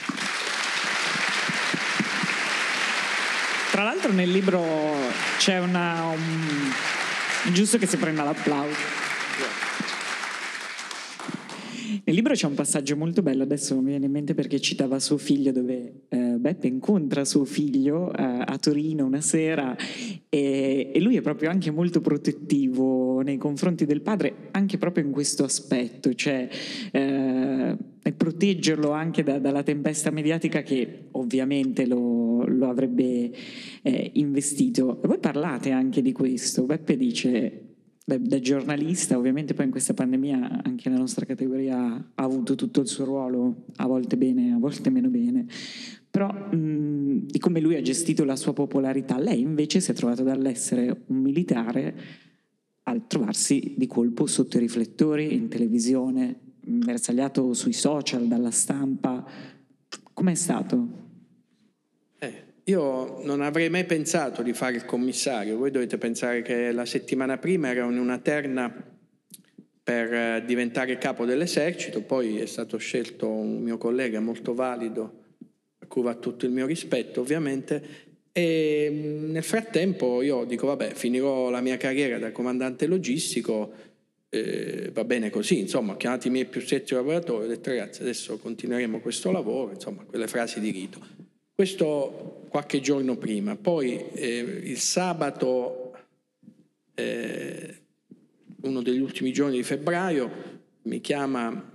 Tra l'altro nel libro c'è giusto che si prenda l'applauso. Nel libro c'è un passaggio molto bello, adesso mi viene in mente perché citava suo figlio, dove Beppe incontra suo figlio a Torino una sera e lui è proprio anche molto protettivo nei confronti del padre, anche proprio in questo aspetto, cioè proteggerlo anche dalla tempesta mediatica che ovviamente lo avrebbe investito. E voi parlate anche di questo. Beppe dice: da giornalista, ovviamente poi in questa pandemia anche la nostra categoria ha avuto tutto il suo ruolo, a volte bene, a volte meno bene, però di come lui ha gestito la sua popolarità. Lei invece si è trovata dall'essere un militare al trovarsi di colpo sotto i riflettori, in televisione, bersagliato sui social, dalla stampa. Com'è stato? Io non avrei mai pensato di fare il commissario. Voi dovete pensare che la settimana prima ero in una terna per diventare capo dell'esercito, poi è stato scelto un mio collega molto valido, a cui va tutto il mio rispetto ovviamente, e nel frattempo io dico vabbè, finirò la mia carriera da comandante logistico, va bene così, insomma, ho chiamato i miei più stretti lavoratori, ho detto ragazzi adesso continueremo questo lavoro, insomma, quelle frasi di rito. Questo qualche giorno prima. Poi il sabato, uno degli ultimi giorni di febbraio, mi chiama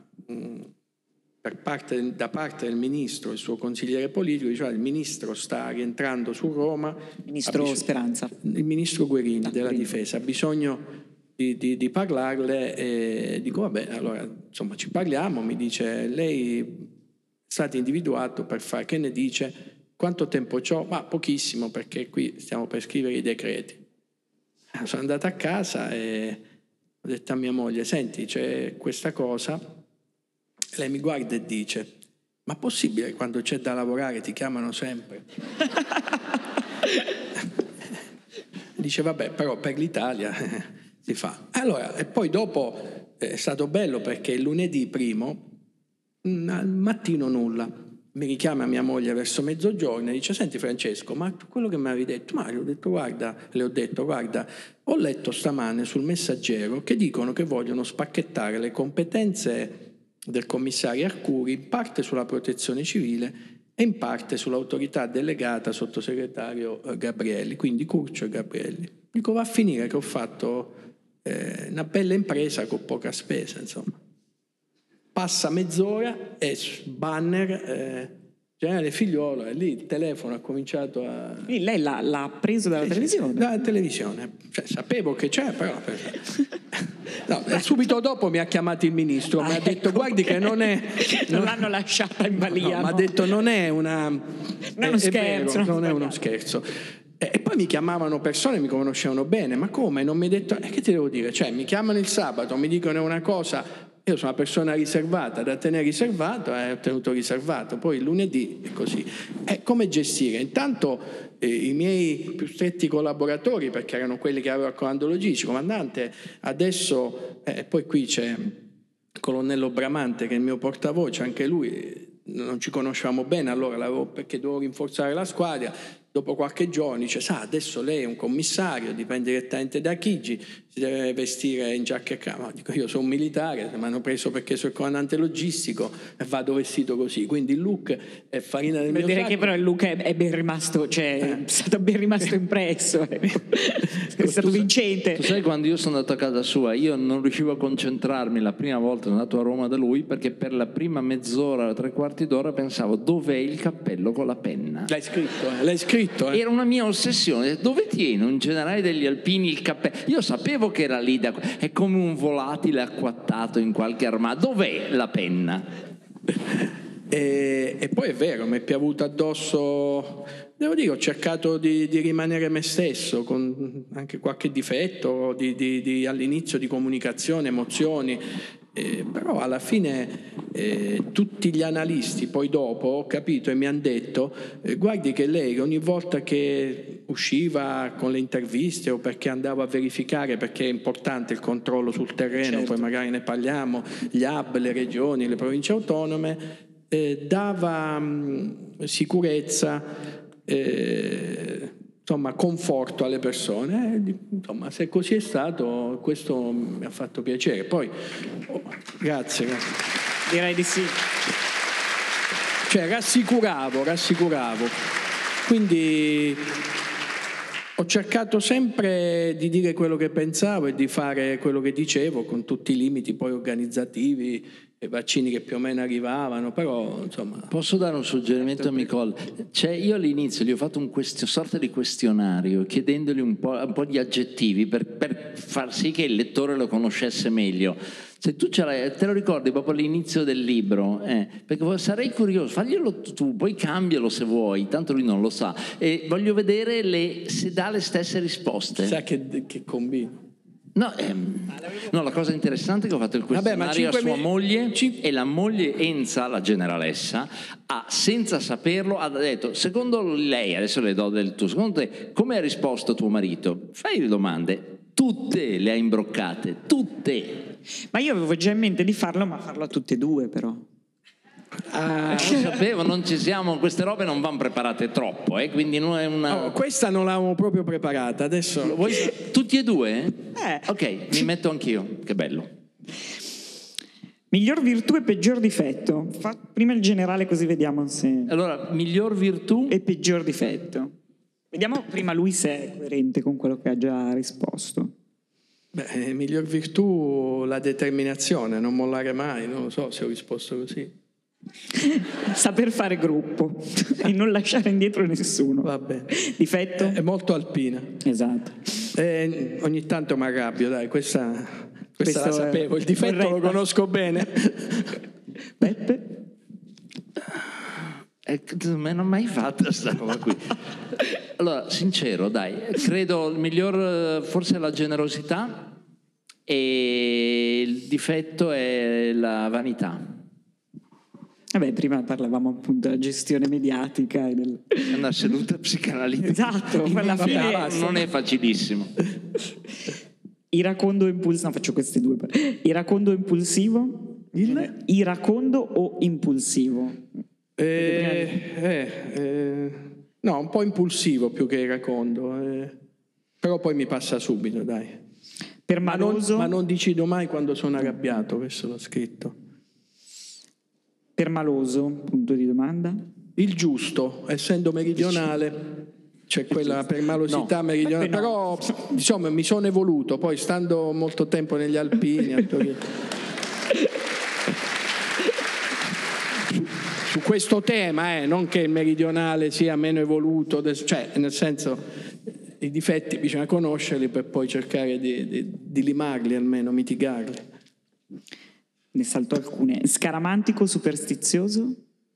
da parte del ministro, il suo consigliere politico, diceva: il ministro sta rientrando su Roma. Ministro Speranza. Il ministro Guerini della Difesa ha bisogno di parlarle, e dico vabbè, allora insomma ci parliamo. Mi dice: lei è stato individuato per fare, che ne dice? Quanto tempo c'ho? Ma pochissimo, perché qui stiamo per scrivere i decreti. Sono andato a casa e ho detto a mia moglie: senti, c'è questa cosa. Lei mi guarda e dice: ma possibile che quando c'è da lavorare ti chiamano sempre? Dice: vabbè, però per l'Italia si fa. Allora, e poi dopo è stato bello, perché il lunedì primo, al mattino nulla, mi richiama mia moglie verso mezzogiorno e dice: senti Francesco, ma quello che mi avevi detto? Ma le ho detto guarda, ho letto stamane sul Messaggero che dicono che vogliono spacchettare le competenze del commissario Arcuri in parte sulla protezione civile e in parte sull'autorità delegata sottosegretario Gabrielli, quindi Curcio e Gabrielli. Dico: va a finire che ho fatto una bella impresa con poca spesa, insomma. Passa mezz'ora e banner generale Figliuolo, e lì il telefono ha cominciato a... Quindi lei l'ha preso dalla televisione? Dalla televisione, cioè, sapevo che c'è, però... No, subito dopo mi ha chiamato il ministro, mi ha detto: guardi che non è... Non l'hanno lasciata in balia. No, mi ha detto: non è una... Non è uno scherzo. Vero, non è uno scherzo. E poi mi chiamavano persone che mi conoscevano bene. Ma come? Non mi ha detto... che ti devo dire? Cioè, mi chiamano il sabato, mi dicono una cosa... Io sono una persona riservata, da tenere riservato, ho tenuto riservato. Poi il lunedì è così. Come gestire? Intanto i miei più stretti collaboratori, perché erano quelli che avevo al comando logistico: comandante, adesso... poi qui c'è il colonnello Bramante, che è il mio portavoce, anche lui non ci conoscevamo bene, allora l'avevo, perché dovevo rinforzare la squadra. Dopo qualche giorno dice: sa, adesso lei è un commissario, dipende direttamente da Chigi, si deve vestire in giacca e cravatta. Dico: io sono un militare, mi hanno preso perché sono il comandante logistico e vado vestito così, quindi il look è farina del mio sacco. Che però il look è ben rimasto, cioè è stato ben rimasto impresso, è stato vincente. Tu sai, quando io sono andato a casa sua, io non riuscivo a concentrarmi la prima volta che sono andato a Roma da lui, perché per la prima mezz'ora, 3/4 d'ora pensavo: dov'è il cappello con la penna? L'hai scritto? Era una mia ossessione. Dove tiene un generale degli alpini il cappello? Io sapevo che era lì, è come un volatile acquattato in qualche armadio. Dov'è la penna? E poi è vero, mi è piovuto addosso. Devo dire, ho cercato di rimanere me stesso, con anche qualche difetto all'inizio di comunicazione, emozioni. Però alla fine tutti gli analisti poi dopo, ho capito, e mi hanno detto: guardi che lei ogni volta che usciva con le interviste, o perché andavo a verificare, perché è importante il controllo sul terreno, certo, poi magari ne parliamo, gli hub, le regioni, le province autonome, dava sicurezza, insomma conforto alle persone. Insomma, se così è stato, questo mi ha fatto piacere. Poi grazie. Direi di sì. Cioè rassicuravo. Quindi ho cercato sempre di dire quello che pensavo e di fare quello che dicevo, con tutti i limiti poi organizzativi e vaccini che più o meno arrivavano, però insomma... Posso dare un suggerimento a Nicole? Io all'inizio gli ho fatto una sorta di questionario, chiedendogli un po' di aggettivi per far sì che il lettore lo conoscesse meglio. Se tu te lo ricordi proprio all'inizio del libro, perché sarei curioso, faglielo tu, poi cambialo se vuoi, tanto lui non lo sa, e voglio vedere se dà le stesse risposte. Sa che combino. No, la cosa interessante è che ho fatto il questionario a sua moglie, e la moglie Enza, la generalessa, senza saperlo, ha detto: secondo lei, adesso le do del tuo, secondo te come ha risposto tuo marito? Fai le domande, tutte le ha imbroccate, tutte. Ma io avevo già in mente di farlo, ma farlo a tutte e due però. Lo sapevo, non ci siamo, queste robe non vanno preparate troppo, quindi non è una... Oh, questa non l'avevamo proprio preparata, adesso... Voi tutti e due? Ok, mi metto anch'io, che bello. Miglior virtù e peggior difetto. Fa prima il generale così vediamo se... Allora, miglior virtù E peggior difetto. Vediamo prima lui se è coerente con quello che ha già risposto. Beh, miglior virtù la determinazione, non mollare mai, non lo so se ho risposto così. Saper fare gruppo e non lasciare indietro nessuno. Va bene. Difetto? È molto alpina. Esatto. Ogni tanto mi arrabbio, dai, questa Questo la sapevo, il difetto corretta. lo conosco bene. Beppe? non ho mai fatto questa roba qui. Allora, sincero, dai, credo il miglior forse è la generosità e il difetto è la vanità. Vabbè, prima parlavamo appunto della gestione mediatica e del... È una seduta psicanalitica. Esatto, alla fine non è facilissimo. Iracondo impulsivo, no, faccio questi due. Iracondo impulsivo? Iracondo o impulsivo? No, un po' impulsivo più che iracondo, però poi mi passa subito, dai. Permaloso? Ma non decido mai quando sono arrabbiato, questo l'ho scritto. Permaloso, punto di domanda. Il giusto, essendo meridionale, c'è quella permalosità meridionale, no. però insomma mi sono evoluto, poi stando molto tempo negli Alpini a Torino. Su questo tema, non che il meridionale sia meno evoluto, cioè nel senso i difetti bisogna conoscerli per poi cercare di limarli, almeno mitigarli. Ne salto alcune. Scaramantico, superstizioso?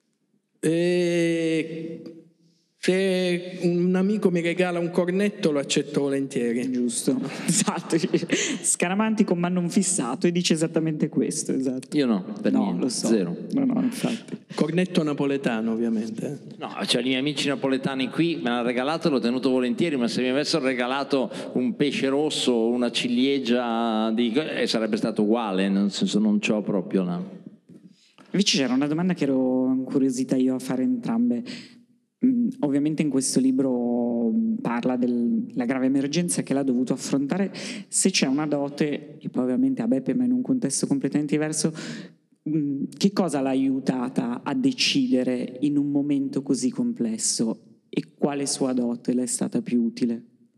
Se un amico mi regala un cornetto lo accetto volentieri. Giusto, esatto. Scaramantico ma non fissato, e dice esattamente questo, esatto. Io no, per niente, lo so. zero. No, infatti. Cornetto napoletano, ovviamente. No, cioè i miei amici napoletani qui me l'hanno regalato, l'ho tenuto volentieri, ma se mi avessero regalato un pesce rosso, una ciliegia, sarebbe stato uguale, nel senso non c'ho proprio la... Invece c'era una domanda che ero incuriosita io a fare entrambe. Ovviamente in questo libro parla della grave emergenza che l'ha dovuto affrontare. Se c'è una dote, e poi ovviamente a Beppe ma in un contesto completamente diverso, che cosa l'ha aiutata a decidere in un momento così complesso, e quale sua dote le è stata più utile?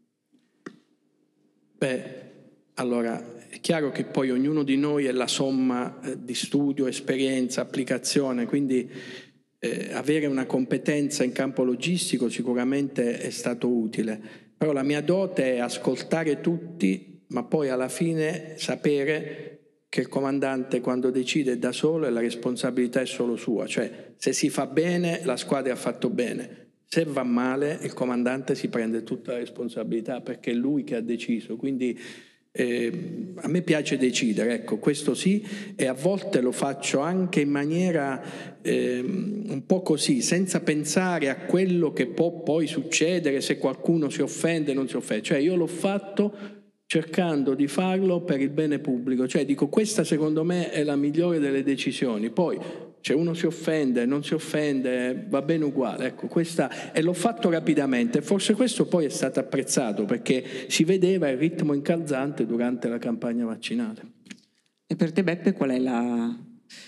Beh, allora è chiaro che poi ognuno di noi è la somma di studio, esperienza, applicazione, quindi avere una competenza in campo logistico sicuramente è stato utile, però la mia dote è ascoltare tutti, ma poi alla fine sapere che il comandante quando decide è da solo e la responsabilità è solo sua, cioè se si fa bene la squadra ha fatto bene, se va male il comandante si prende tutta la responsabilità perché è lui che ha deciso, quindi a me piace decidere, ecco, questo sì, e a volte lo faccio anche in maniera un po' così, senza pensare a quello che può poi succedere se qualcuno si offende o non si offende, cioè io l'ho fatto cercando di farlo per il bene pubblico, cioè dico questa secondo me è la migliore delle decisioni, poi se uno si offende, non si offende, va bene uguale, ecco, questa, e l'ho fatto rapidamente, forse questo poi è stato apprezzato perché si vedeva il ritmo incalzante durante la campagna vaccinale. E per te Beppe qual è la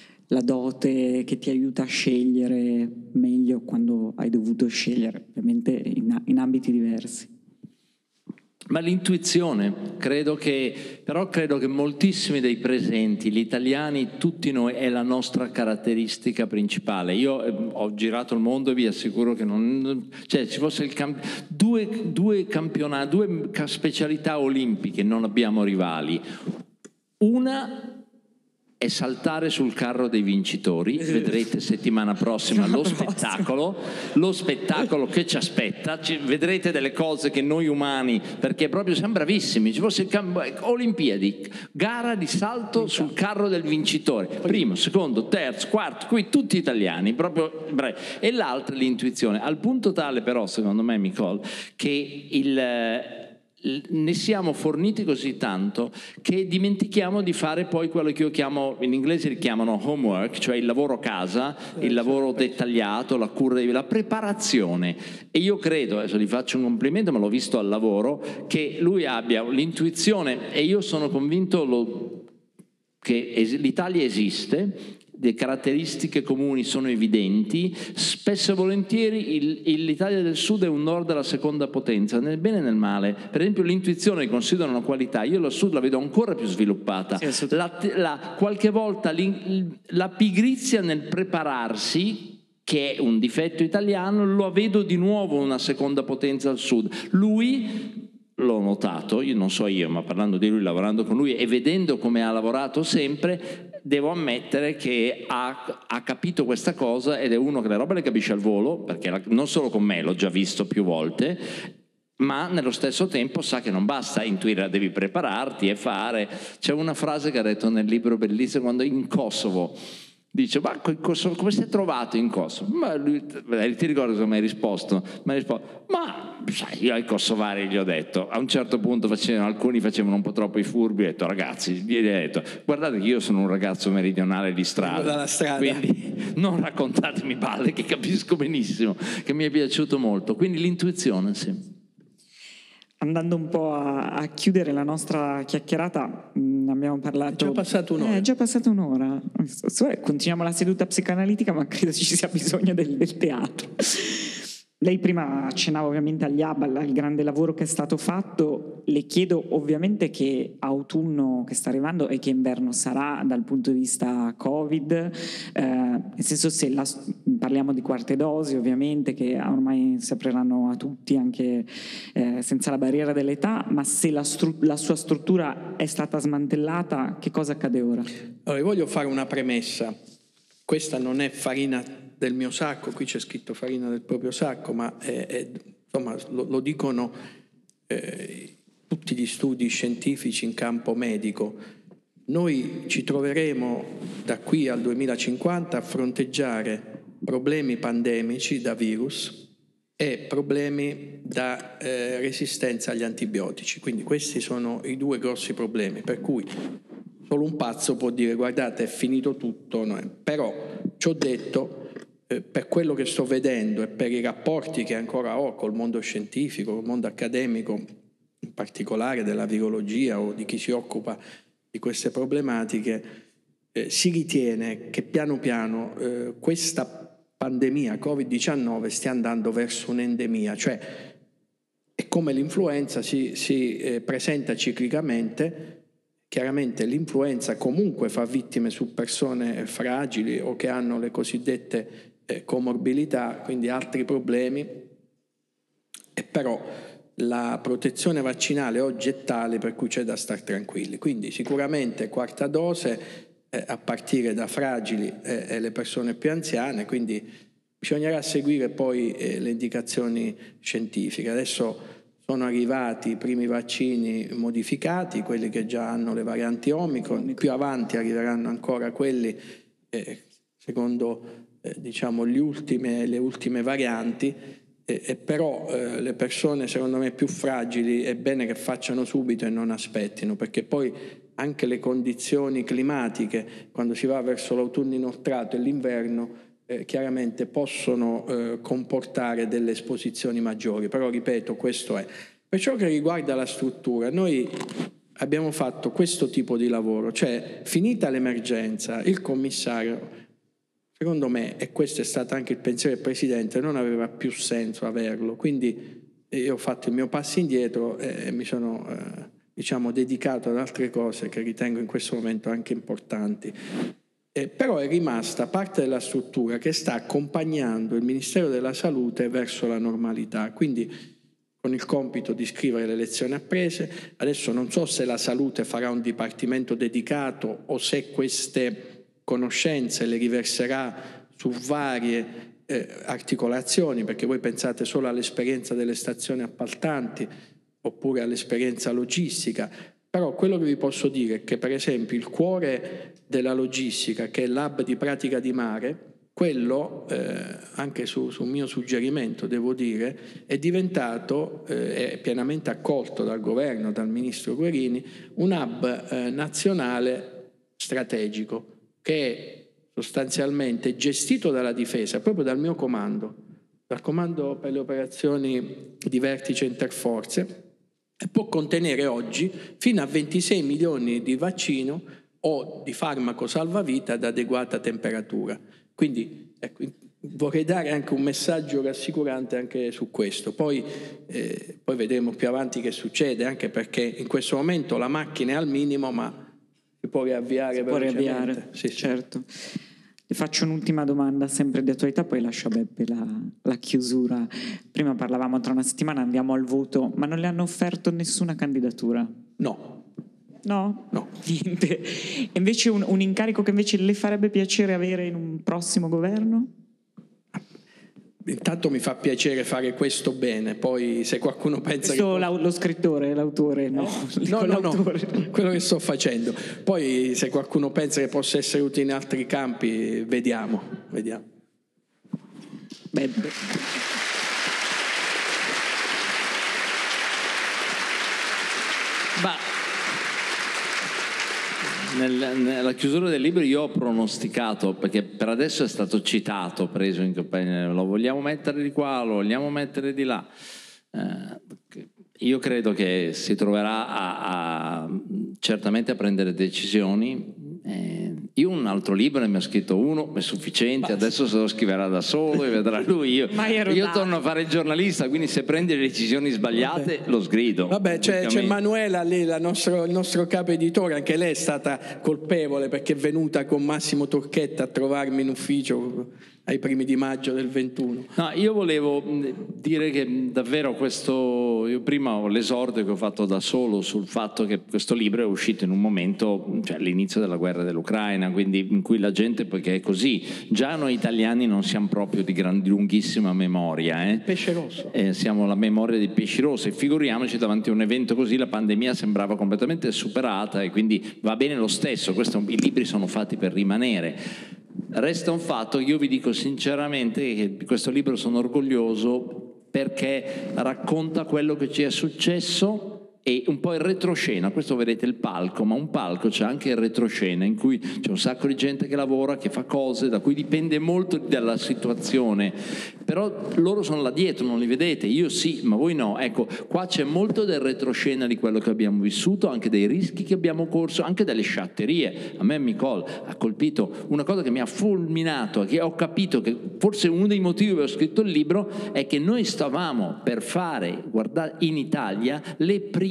dote che ti aiuta a scegliere meglio quando hai dovuto scegliere, ovviamente in ambiti diversi? Ma l'intuizione, credo che moltissimi dei presenti, gli italiani, tutti noi, è la nostra caratteristica principale. Io ho girato il mondo e vi assicuro che cioè ci fosse due campionati, due specialità olimpiche, non abbiamo rivali. Una è saltare sul carro dei vincitori, vedrete settimana prossima lo spettacolo che ci aspetta, vedrete delle cose che noi umani, perché proprio siamo bravissimi, ci fosse Olimpiadi, gara di salto sul carro del vincitore, primo, secondo, terzo, quarto, qui tutti italiani, proprio bravi. E l'altra è l'intuizione, al punto tale però, secondo me, Nicole, che ne siamo forniti così tanto che dimentichiamo di fare poi quello che io chiamo, in inglese li chiamano homework, cioè il lavoro a casa, il lavoro dettagliato, la cura, la preparazione. E io credo, adesso gli faccio un complimento, ma l'ho visto al lavoro, che lui abbia l'intuizione, e io sono convinto che l'Italia esiste, le caratteristiche comuni sono evidenti, spesso e volentieri l'Italia del Sud è un nord della seconda potenza, nel bene e nel male. Per esempio l'intuizione che considero una qualità, io al Sud la vedo ancora più sviluppata. Sì, qualche volta la pigrizia nel prepararsi, che è un difetto italiano, lo vedo di nuovo una seconda potenza al Sud. Lui, l'ho notato, io non so io, ma parlando di lui, lavorando con lui e vedendo come ha lavorato sempre, devo ammettere che ha capito questa cosa, ed è uno che le robe le capisce al volo, perché non solo con me, l'ho già visto più volte, ma nello stesso tempo sa che non basta intuire, devi prepararti e fare. C'è una frase che ha detto nel libro bellissimo, quando in Kosovo dice: ma come si è trovato in Kosovo? Ma lui, ti ricordo cosa mi hai risposto? Mi hai risposto: ma sai, io ai kosovari gli ho detto, a un certo punto alcuni facevano un po' troppo i furbi, ho detto: ragazzi, gli ho detto, guardate che io sono un ragazzo meridionale di strada, quindi non raccontatemi balle, che capisco benissimo, che mi è piaciuto molto. Quindi l'intuizione, sì. Andando un po' a chiudere la nostra chiacchierata, abbiamo parlato... È già passato un'ora. È già passata un'ora. Continuiamo la seduta psicanalitica, ma credo ci sia bisogno del teatro. Lei prima accennava ovviamente agli hub, al grande lavoro che è stato fatto. Le chiedo ovviamente che autunno che sta arrivando e che inverno sarà dal punto di vista Covid, nel senso, se parliamo di quarte dosi ovviamente che ormai si apriranno a tutti anche senza la barriera dell'età, ma se la sua struttura è stata smantellata, che cosa accade ora? Allora, voglio fare una premessa. Questa non è farina del mio sacco, qui c'è scritto farina del proprio sacco, ma insomma, lo dicono tutti gli studi scientifici in campo medico. Noi ci troveremo da qui al 2050 a fronteggiare problemi pandemici da virus e problemi da resistenza agli antibiotici. Quindi questi sono i due grossi problemi, per cui solo un pazzo può dire: guardate, è finito tutto. No? Però ci ho detto, per quello che sto vedendo e per i rapporti che ancora ho col mondo scientifico, col mondo accademico, in particolare della virologia o di chi si occupa di queste problematiche, si ritiene che piano piano questa pandemia Covid-19 stia andando verso un'endemia, cioè è come l'influenza, si presenta ciclicamente. Chiaramente l'influenza comunque fa vittime su persone fragili o che hanno le cosiddette comorbilità, quindi altri problemi, e però la protezione vaccinale oggi è tale per cui c'è da stare tranquilli. Quindi sicuramente quarta dose a partire da fragili e le persone più anziane, quindi bisognerà seguire poi le indicazioni scientifiche. Adesso sono arrivati i primi vaccini modificati, quelli che già hanno le varianti Omicron, più avanti arriveranno ancora quelli secondo diciamo le ultime varianti, però le persone secondo me più fragili è bene che facciano subito e non aspettino, perché poi anche le condizioni climatiche, quando si va verso l'autunno inoltrato e l'inverno, chiaramente possono comportare delle esposizioni maggiori, però ripeto, questo è. Per ciò che riguarda la struttura, noi abbiamo fatto questo tipo di lavoro, cioè finita l'emergenza, il commissario, secondo me, e questo è stato anche il pensiero del Presidente, non aveva più senso averlo, quindi io ho fatto il mio passo indietro e mi sono diciamo dedicato ad altre cose che ritengo in questo momento anche importanti. Però è rimasta parte della struttura che sta accompagnando il Ministero della Salute verso la normalità, quindi con il compito di scrivere le lezioni apprese. Adesso non so se la salute farà un dipartimento dedicato o se queste conoscenze le riverserà su varie articolazioni, perché voi pensate solo all'esperienza delle stazioni appaltanti oppure all'esperienza logistica. Però quello che vi posso dire è che per esempio il cuore della logistica, che è l'hub di Pratica di Mare, quello, anche su mio suggerimento devo dire, è diventato, è pienamente accolto dal governo, dal ministro Guerini, un hub nazionale strategico che è sostanzialmente gestito dalla difesa, proprio dal mio comando, dal comando per le operazioni di vertice interforze, e può contenere oggi fino a 26 milioni di vaccino o di farmaco salvavita ad adeguata temperatura. Quindi ecco, vorrei dare anche un messaggio rassicurante anche su questo. Poi vedremo più avanti che succede, anche perché in questo momento la macchina è al minimo, ma si può riavviare velocemente. Sì, certo. Le faccio un'ultima domanda, sempre di attualità, poi lascio a Beppe la chiusura. Prima parlavamo, tra una settimana andiamo al voto, ma non le hanno offerto nessuna candidatura? No. No? Niente. E invece un incarico che invece le farebbe piacere avere in un prossimo governo? Intanto mi fa piacere fare questo bene, poi se qualcuno pensa lo scrittore, l'autore, no, quello che sto facendo. Poi se qualcuno pensa che possa essere utile in altri campi, vediamo. Nella chiusura del libro io ho pronosticato, perché per adesso è stato citato, preso in campagna, lo vogliamo mettere di qua, lo vogliamo mettere di là. Io credo che si troverà certamente a prendere decisioni. Io un altro libro ne ho scritto uno, è sufficiente, adesso se lo scriverà da solo e vedrà lui. Io torno a fare il giornalista, quindi se prende le decisioni sbagliate lo sgrido. Vabbè, c'è Manuela lì, il nostro capo editore, anche lei è stata colpevole perché è venuta con Massimo Torchetta a trovarmi in ufficio ai primi di maggio del 21. No, io volevo dire che davvero io prima ho l'esordio che ho fatto da solo sul fatto che questo libro è uscito in un momento, cioè all'inizio della guerra dell'Ucraina, quindi in cui la gente, perché è così, già noi italiani non siamo proprio di lunghissima memoria. Pesce rosso. Siamo la memoria dei pesci rossi, figuriamoci davanti a un evento così, la pandemia sembrava completamente superata e quindi va bene lo stesso, i libri sono fatti per rimanere. Resta un fatto che io vi dico sinceramente che di questo libro sono orgoglioso perché racconta quello che ci è successo e un po' il retroscena. Questo vedete il palco, ma un palco c'è anche il retroscena in cui c'è un sacco di gente che lavora, che fa cose da cui dipende molto dalla situazione, però loro sono là dietro, non li vedete, io sì, ma voi no. Ecco, qua c'è molto del retroscena di quello che abbiamo vissuto, anche dei rischi che abbiamo corso, anche delle sciatterie. A me Nicole ha colpito una cosa che mi ha fulminato, che ho capito che forse uno dei motivi per cui ho scritto il libro è che noi stavamo per fare, guardate, in Italia le primule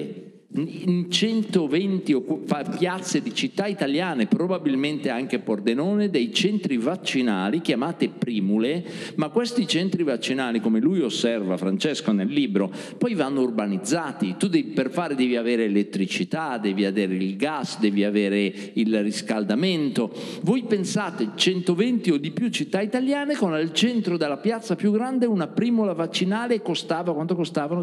in 120 piazze di città italiane, probabilmente anche Pordenone, dei centri vaccinali chiamate primule, ma questi centri vaccinali, come lui osserva Francesco nel libro, poi vanno urbanizzati. Tu per fare devi avere elettricità, devi avere il gas, devi avere il riscaldamento. Voi pensate 120 o di più città italiane con al centro della piazza più grande una primula vaccinale, costava, quanto costavano?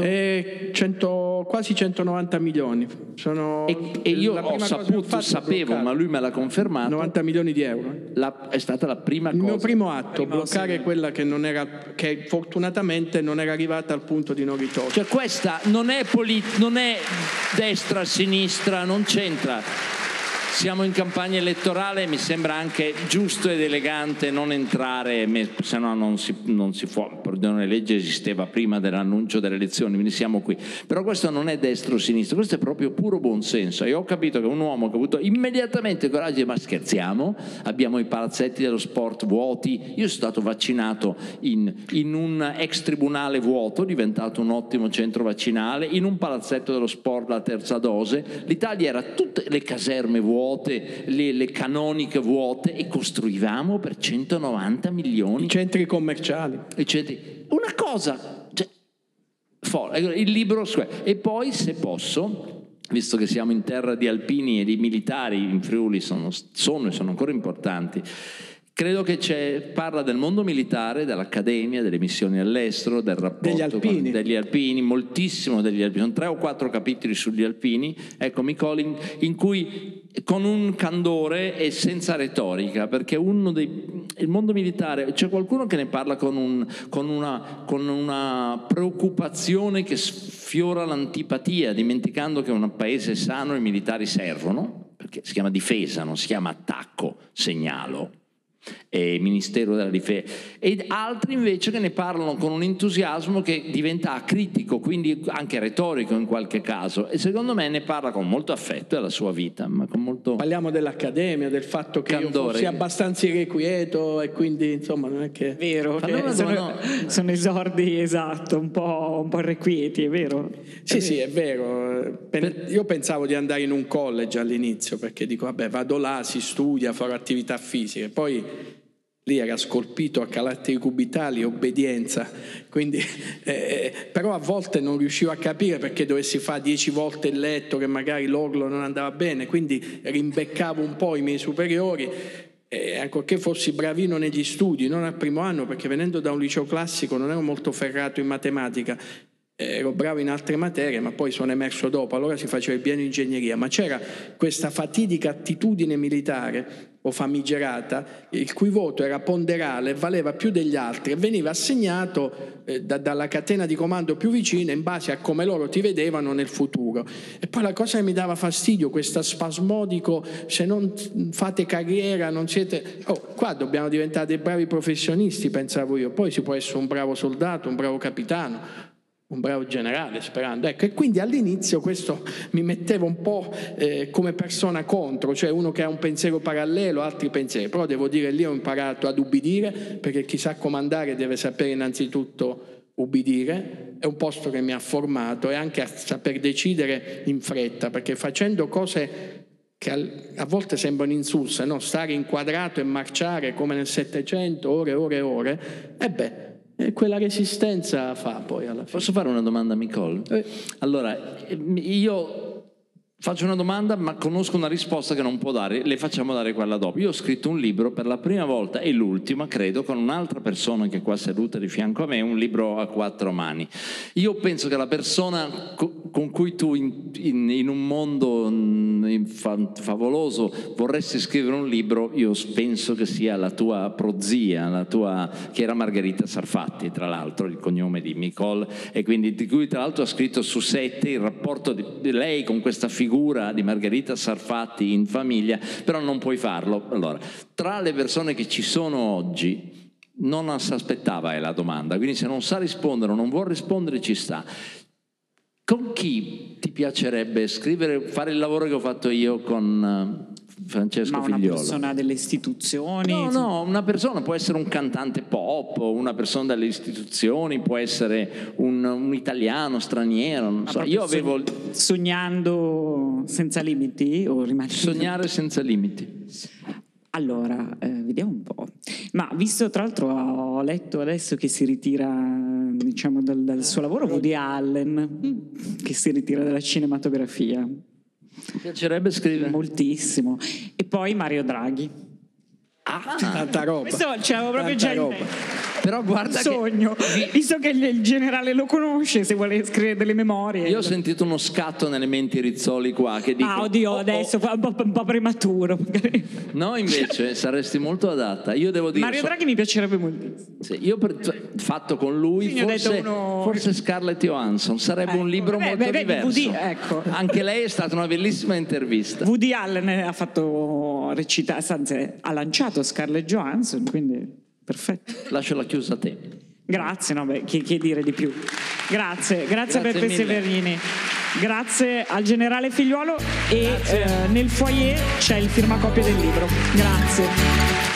Quasi 190 milioni. E io sapevo, ma lui me l'ha confermato. 90 milioni di euro. È stata la prima cosa. Il mio primo atto, bloccare quella che fortunatamente non era arrivata al punto di non ritorno. Cioè questa non è destra, sinistra, non c'entra. Siamo in campagna elettorale, mi sembra anche giusto ed elegante non entrare, se no non si può, la legge esisteva prima dell'annuncio delle elezioni, quindi siamo qui. Però questo non è destra o sinistra, questo è proprio puro buonsenso. Io ho capito che un uomo che ha avuto immediatamente il coraggio di dire ma scherziamo, abbiamo i palazzetti dello sport vuoti, io sono stato vaccinato in un ex tribunale vuoto, diventato un ottimo centro vaccinale, in un palazzetto dello sport la terza dose, l'Italia era tutte le caserme vuote, le canoniche vuote e costruivamo per 190 milioni i centri commerciali. Una cosa, il libro, e poi se posso, visto che siamo in terra di alpini e di militari, in Friuli sono ancora importanti. Credo che parla del mondo militare, dell'accademia, delle missioni all'estero, del rapporto degli alpini, moltissimo degli alpini, sono 3 o 4 capitoli sugli alpini, ecco Nicole, in cui con un candore e senza retorica, perché il mondo militare, c'è qualcuno che ne parla con una preoccupazione che sfiora l'antipatia, dimenticando che in un paese sano i militari servono, perché si chiama difesa, non si chiama attacco, segnalo. e Ministero della Difesa, ed altri invece che ne parlano con un entusiasmo che diventa acritico, quindi anche retorico in qualche caso, e secondo me ne parla con molto affetto della sua vita, ma con molto... Parliamo dell'Accademia, del fatto che io fossi abbastanza irrequieto e quindi insomma non è che... Vero, che sono esordi, esatto, un po' irrequieti, è vero? Sì, è vero. Io pensavo di andare in un college all'inizio, perché dico vabbè, vado là, si studia, farò attività fisiche, poi lì era scolpito a caratteri cubitali, obbedienza, quindi però a volte non riuscivo a capire perché dovessi fare 10 volte il letto, che magari l'orlo non andava bene, quindi rimbeccavo un po' i miei superiori, ancorché fossi bravino negli studi, non al primo anno, perché venendo da un liceo classico non ero molto ferrato in matematica, ero bravo in altre materie, ma poi sono emerso dopo, allora si faceva il biennio ingegneria, ma c'era questa fatidica attitudine militare o famigerata, il cui voto era ponderale, valeva più degli altri e veniva assegnato dalla catena di comando più vicina in base a come loro ti vedevano nel futuro. E poi la cosa che mi dava fastidio, questo spasmodico, se non fate carriera non siete... qua dobbiamo diventare dei bravi professionisti, pensavo io, poi si può essere un bravo soldato, un bravo capitano, un bravo generale, sperando. Ecco, e quindi all'inizio questo mi metteva un po' come persona contro, cioè uno che ha un pensiero parallelo, altri pensieri, però devo dire lì ho imparato ad ubbidire, perché chi sa comandare deve sapere innanzitutto ubbidire, è un posto che mi ha formato, e anche a saper decidere in fretta, perché facendo cose che a volte sembrano insulse, no? Stare inquadrato e marciare come nel Settecento, ore e ore, e quella resistenza fa poi alla fine. Posso fare una domanda a Nicole? Allora, io faccio una domanda ma conosco una risposta che non può dare, le facciamo dare quella dopo. Io ho scritto un libro per la prima volta e l'ultima, credo, con un'altra persona che è qua seduta di fianco a me, un libro a 4 mani. Io penso che la persona con cui tu in un mondo favoloso vorresti scrivere un libro, io penso che sia la tua prozia, che era Margherita Sarfatti, tra l'altro, il cognome di Nicole, e quindi di cui tra l'altro ha scritto su 7 il rapporto di lei con questa figura di Margherita Sarfatti in famiglia, però non puoi farlo. Allora, tra le persone che ci sono oggi, non si aspettava la domanda, quindi se non sa rispondere o non vuol rispondere ci sta. Con chi ti piacerebbe scrivere, fare il lavoro che ho fatto io con Francesco Figliuolo? Ma una persona delle istituzioni? No, una persona, può essere un cantante pop, una persona delle istituzioni, può essere un italiano, straniero, non so. Io avevo... Sognando senza limiti? O Sognare senza limiti. Allora, vediamo un po'. Ma visto, tra l'altro, ho letto adesso che si ritira, diciamo, dal suo lavoro Woody Allen, che si ritira dalla cinematografia. Mi piacerebbe scrivere? Moltissimo. E poi Mario Draghi. Tanta roba. Questo ce l'avevo proprio già in mente. Però guarda, sogno, visto che il generale lo conosce, se vuole scrivere delle memorie. Io ho sentito uno scatto nelle menti Rizzoli qua che dico, oddio, adesso fa un po' prematuro. No, invece saresti molto adatta. Io devo dire, Mario Draghi mi piacerebbe moltissimo. Sì, io fatto con lui, forse Scarlett Johansson sarebbe un libro molto diverso. Anche lei è stata una bellissima intervista. Woody Allen ha fatto recitare, anzi ha lanciato Scarlett Johansson, quindi perfetto. Lascio la chiusa a te. Grazie, che dire di più. Grazie Beppe mille. Severini. Grazie al generale Figliuolo. E nel foyer c'è il firmacopie del libro. Grazie.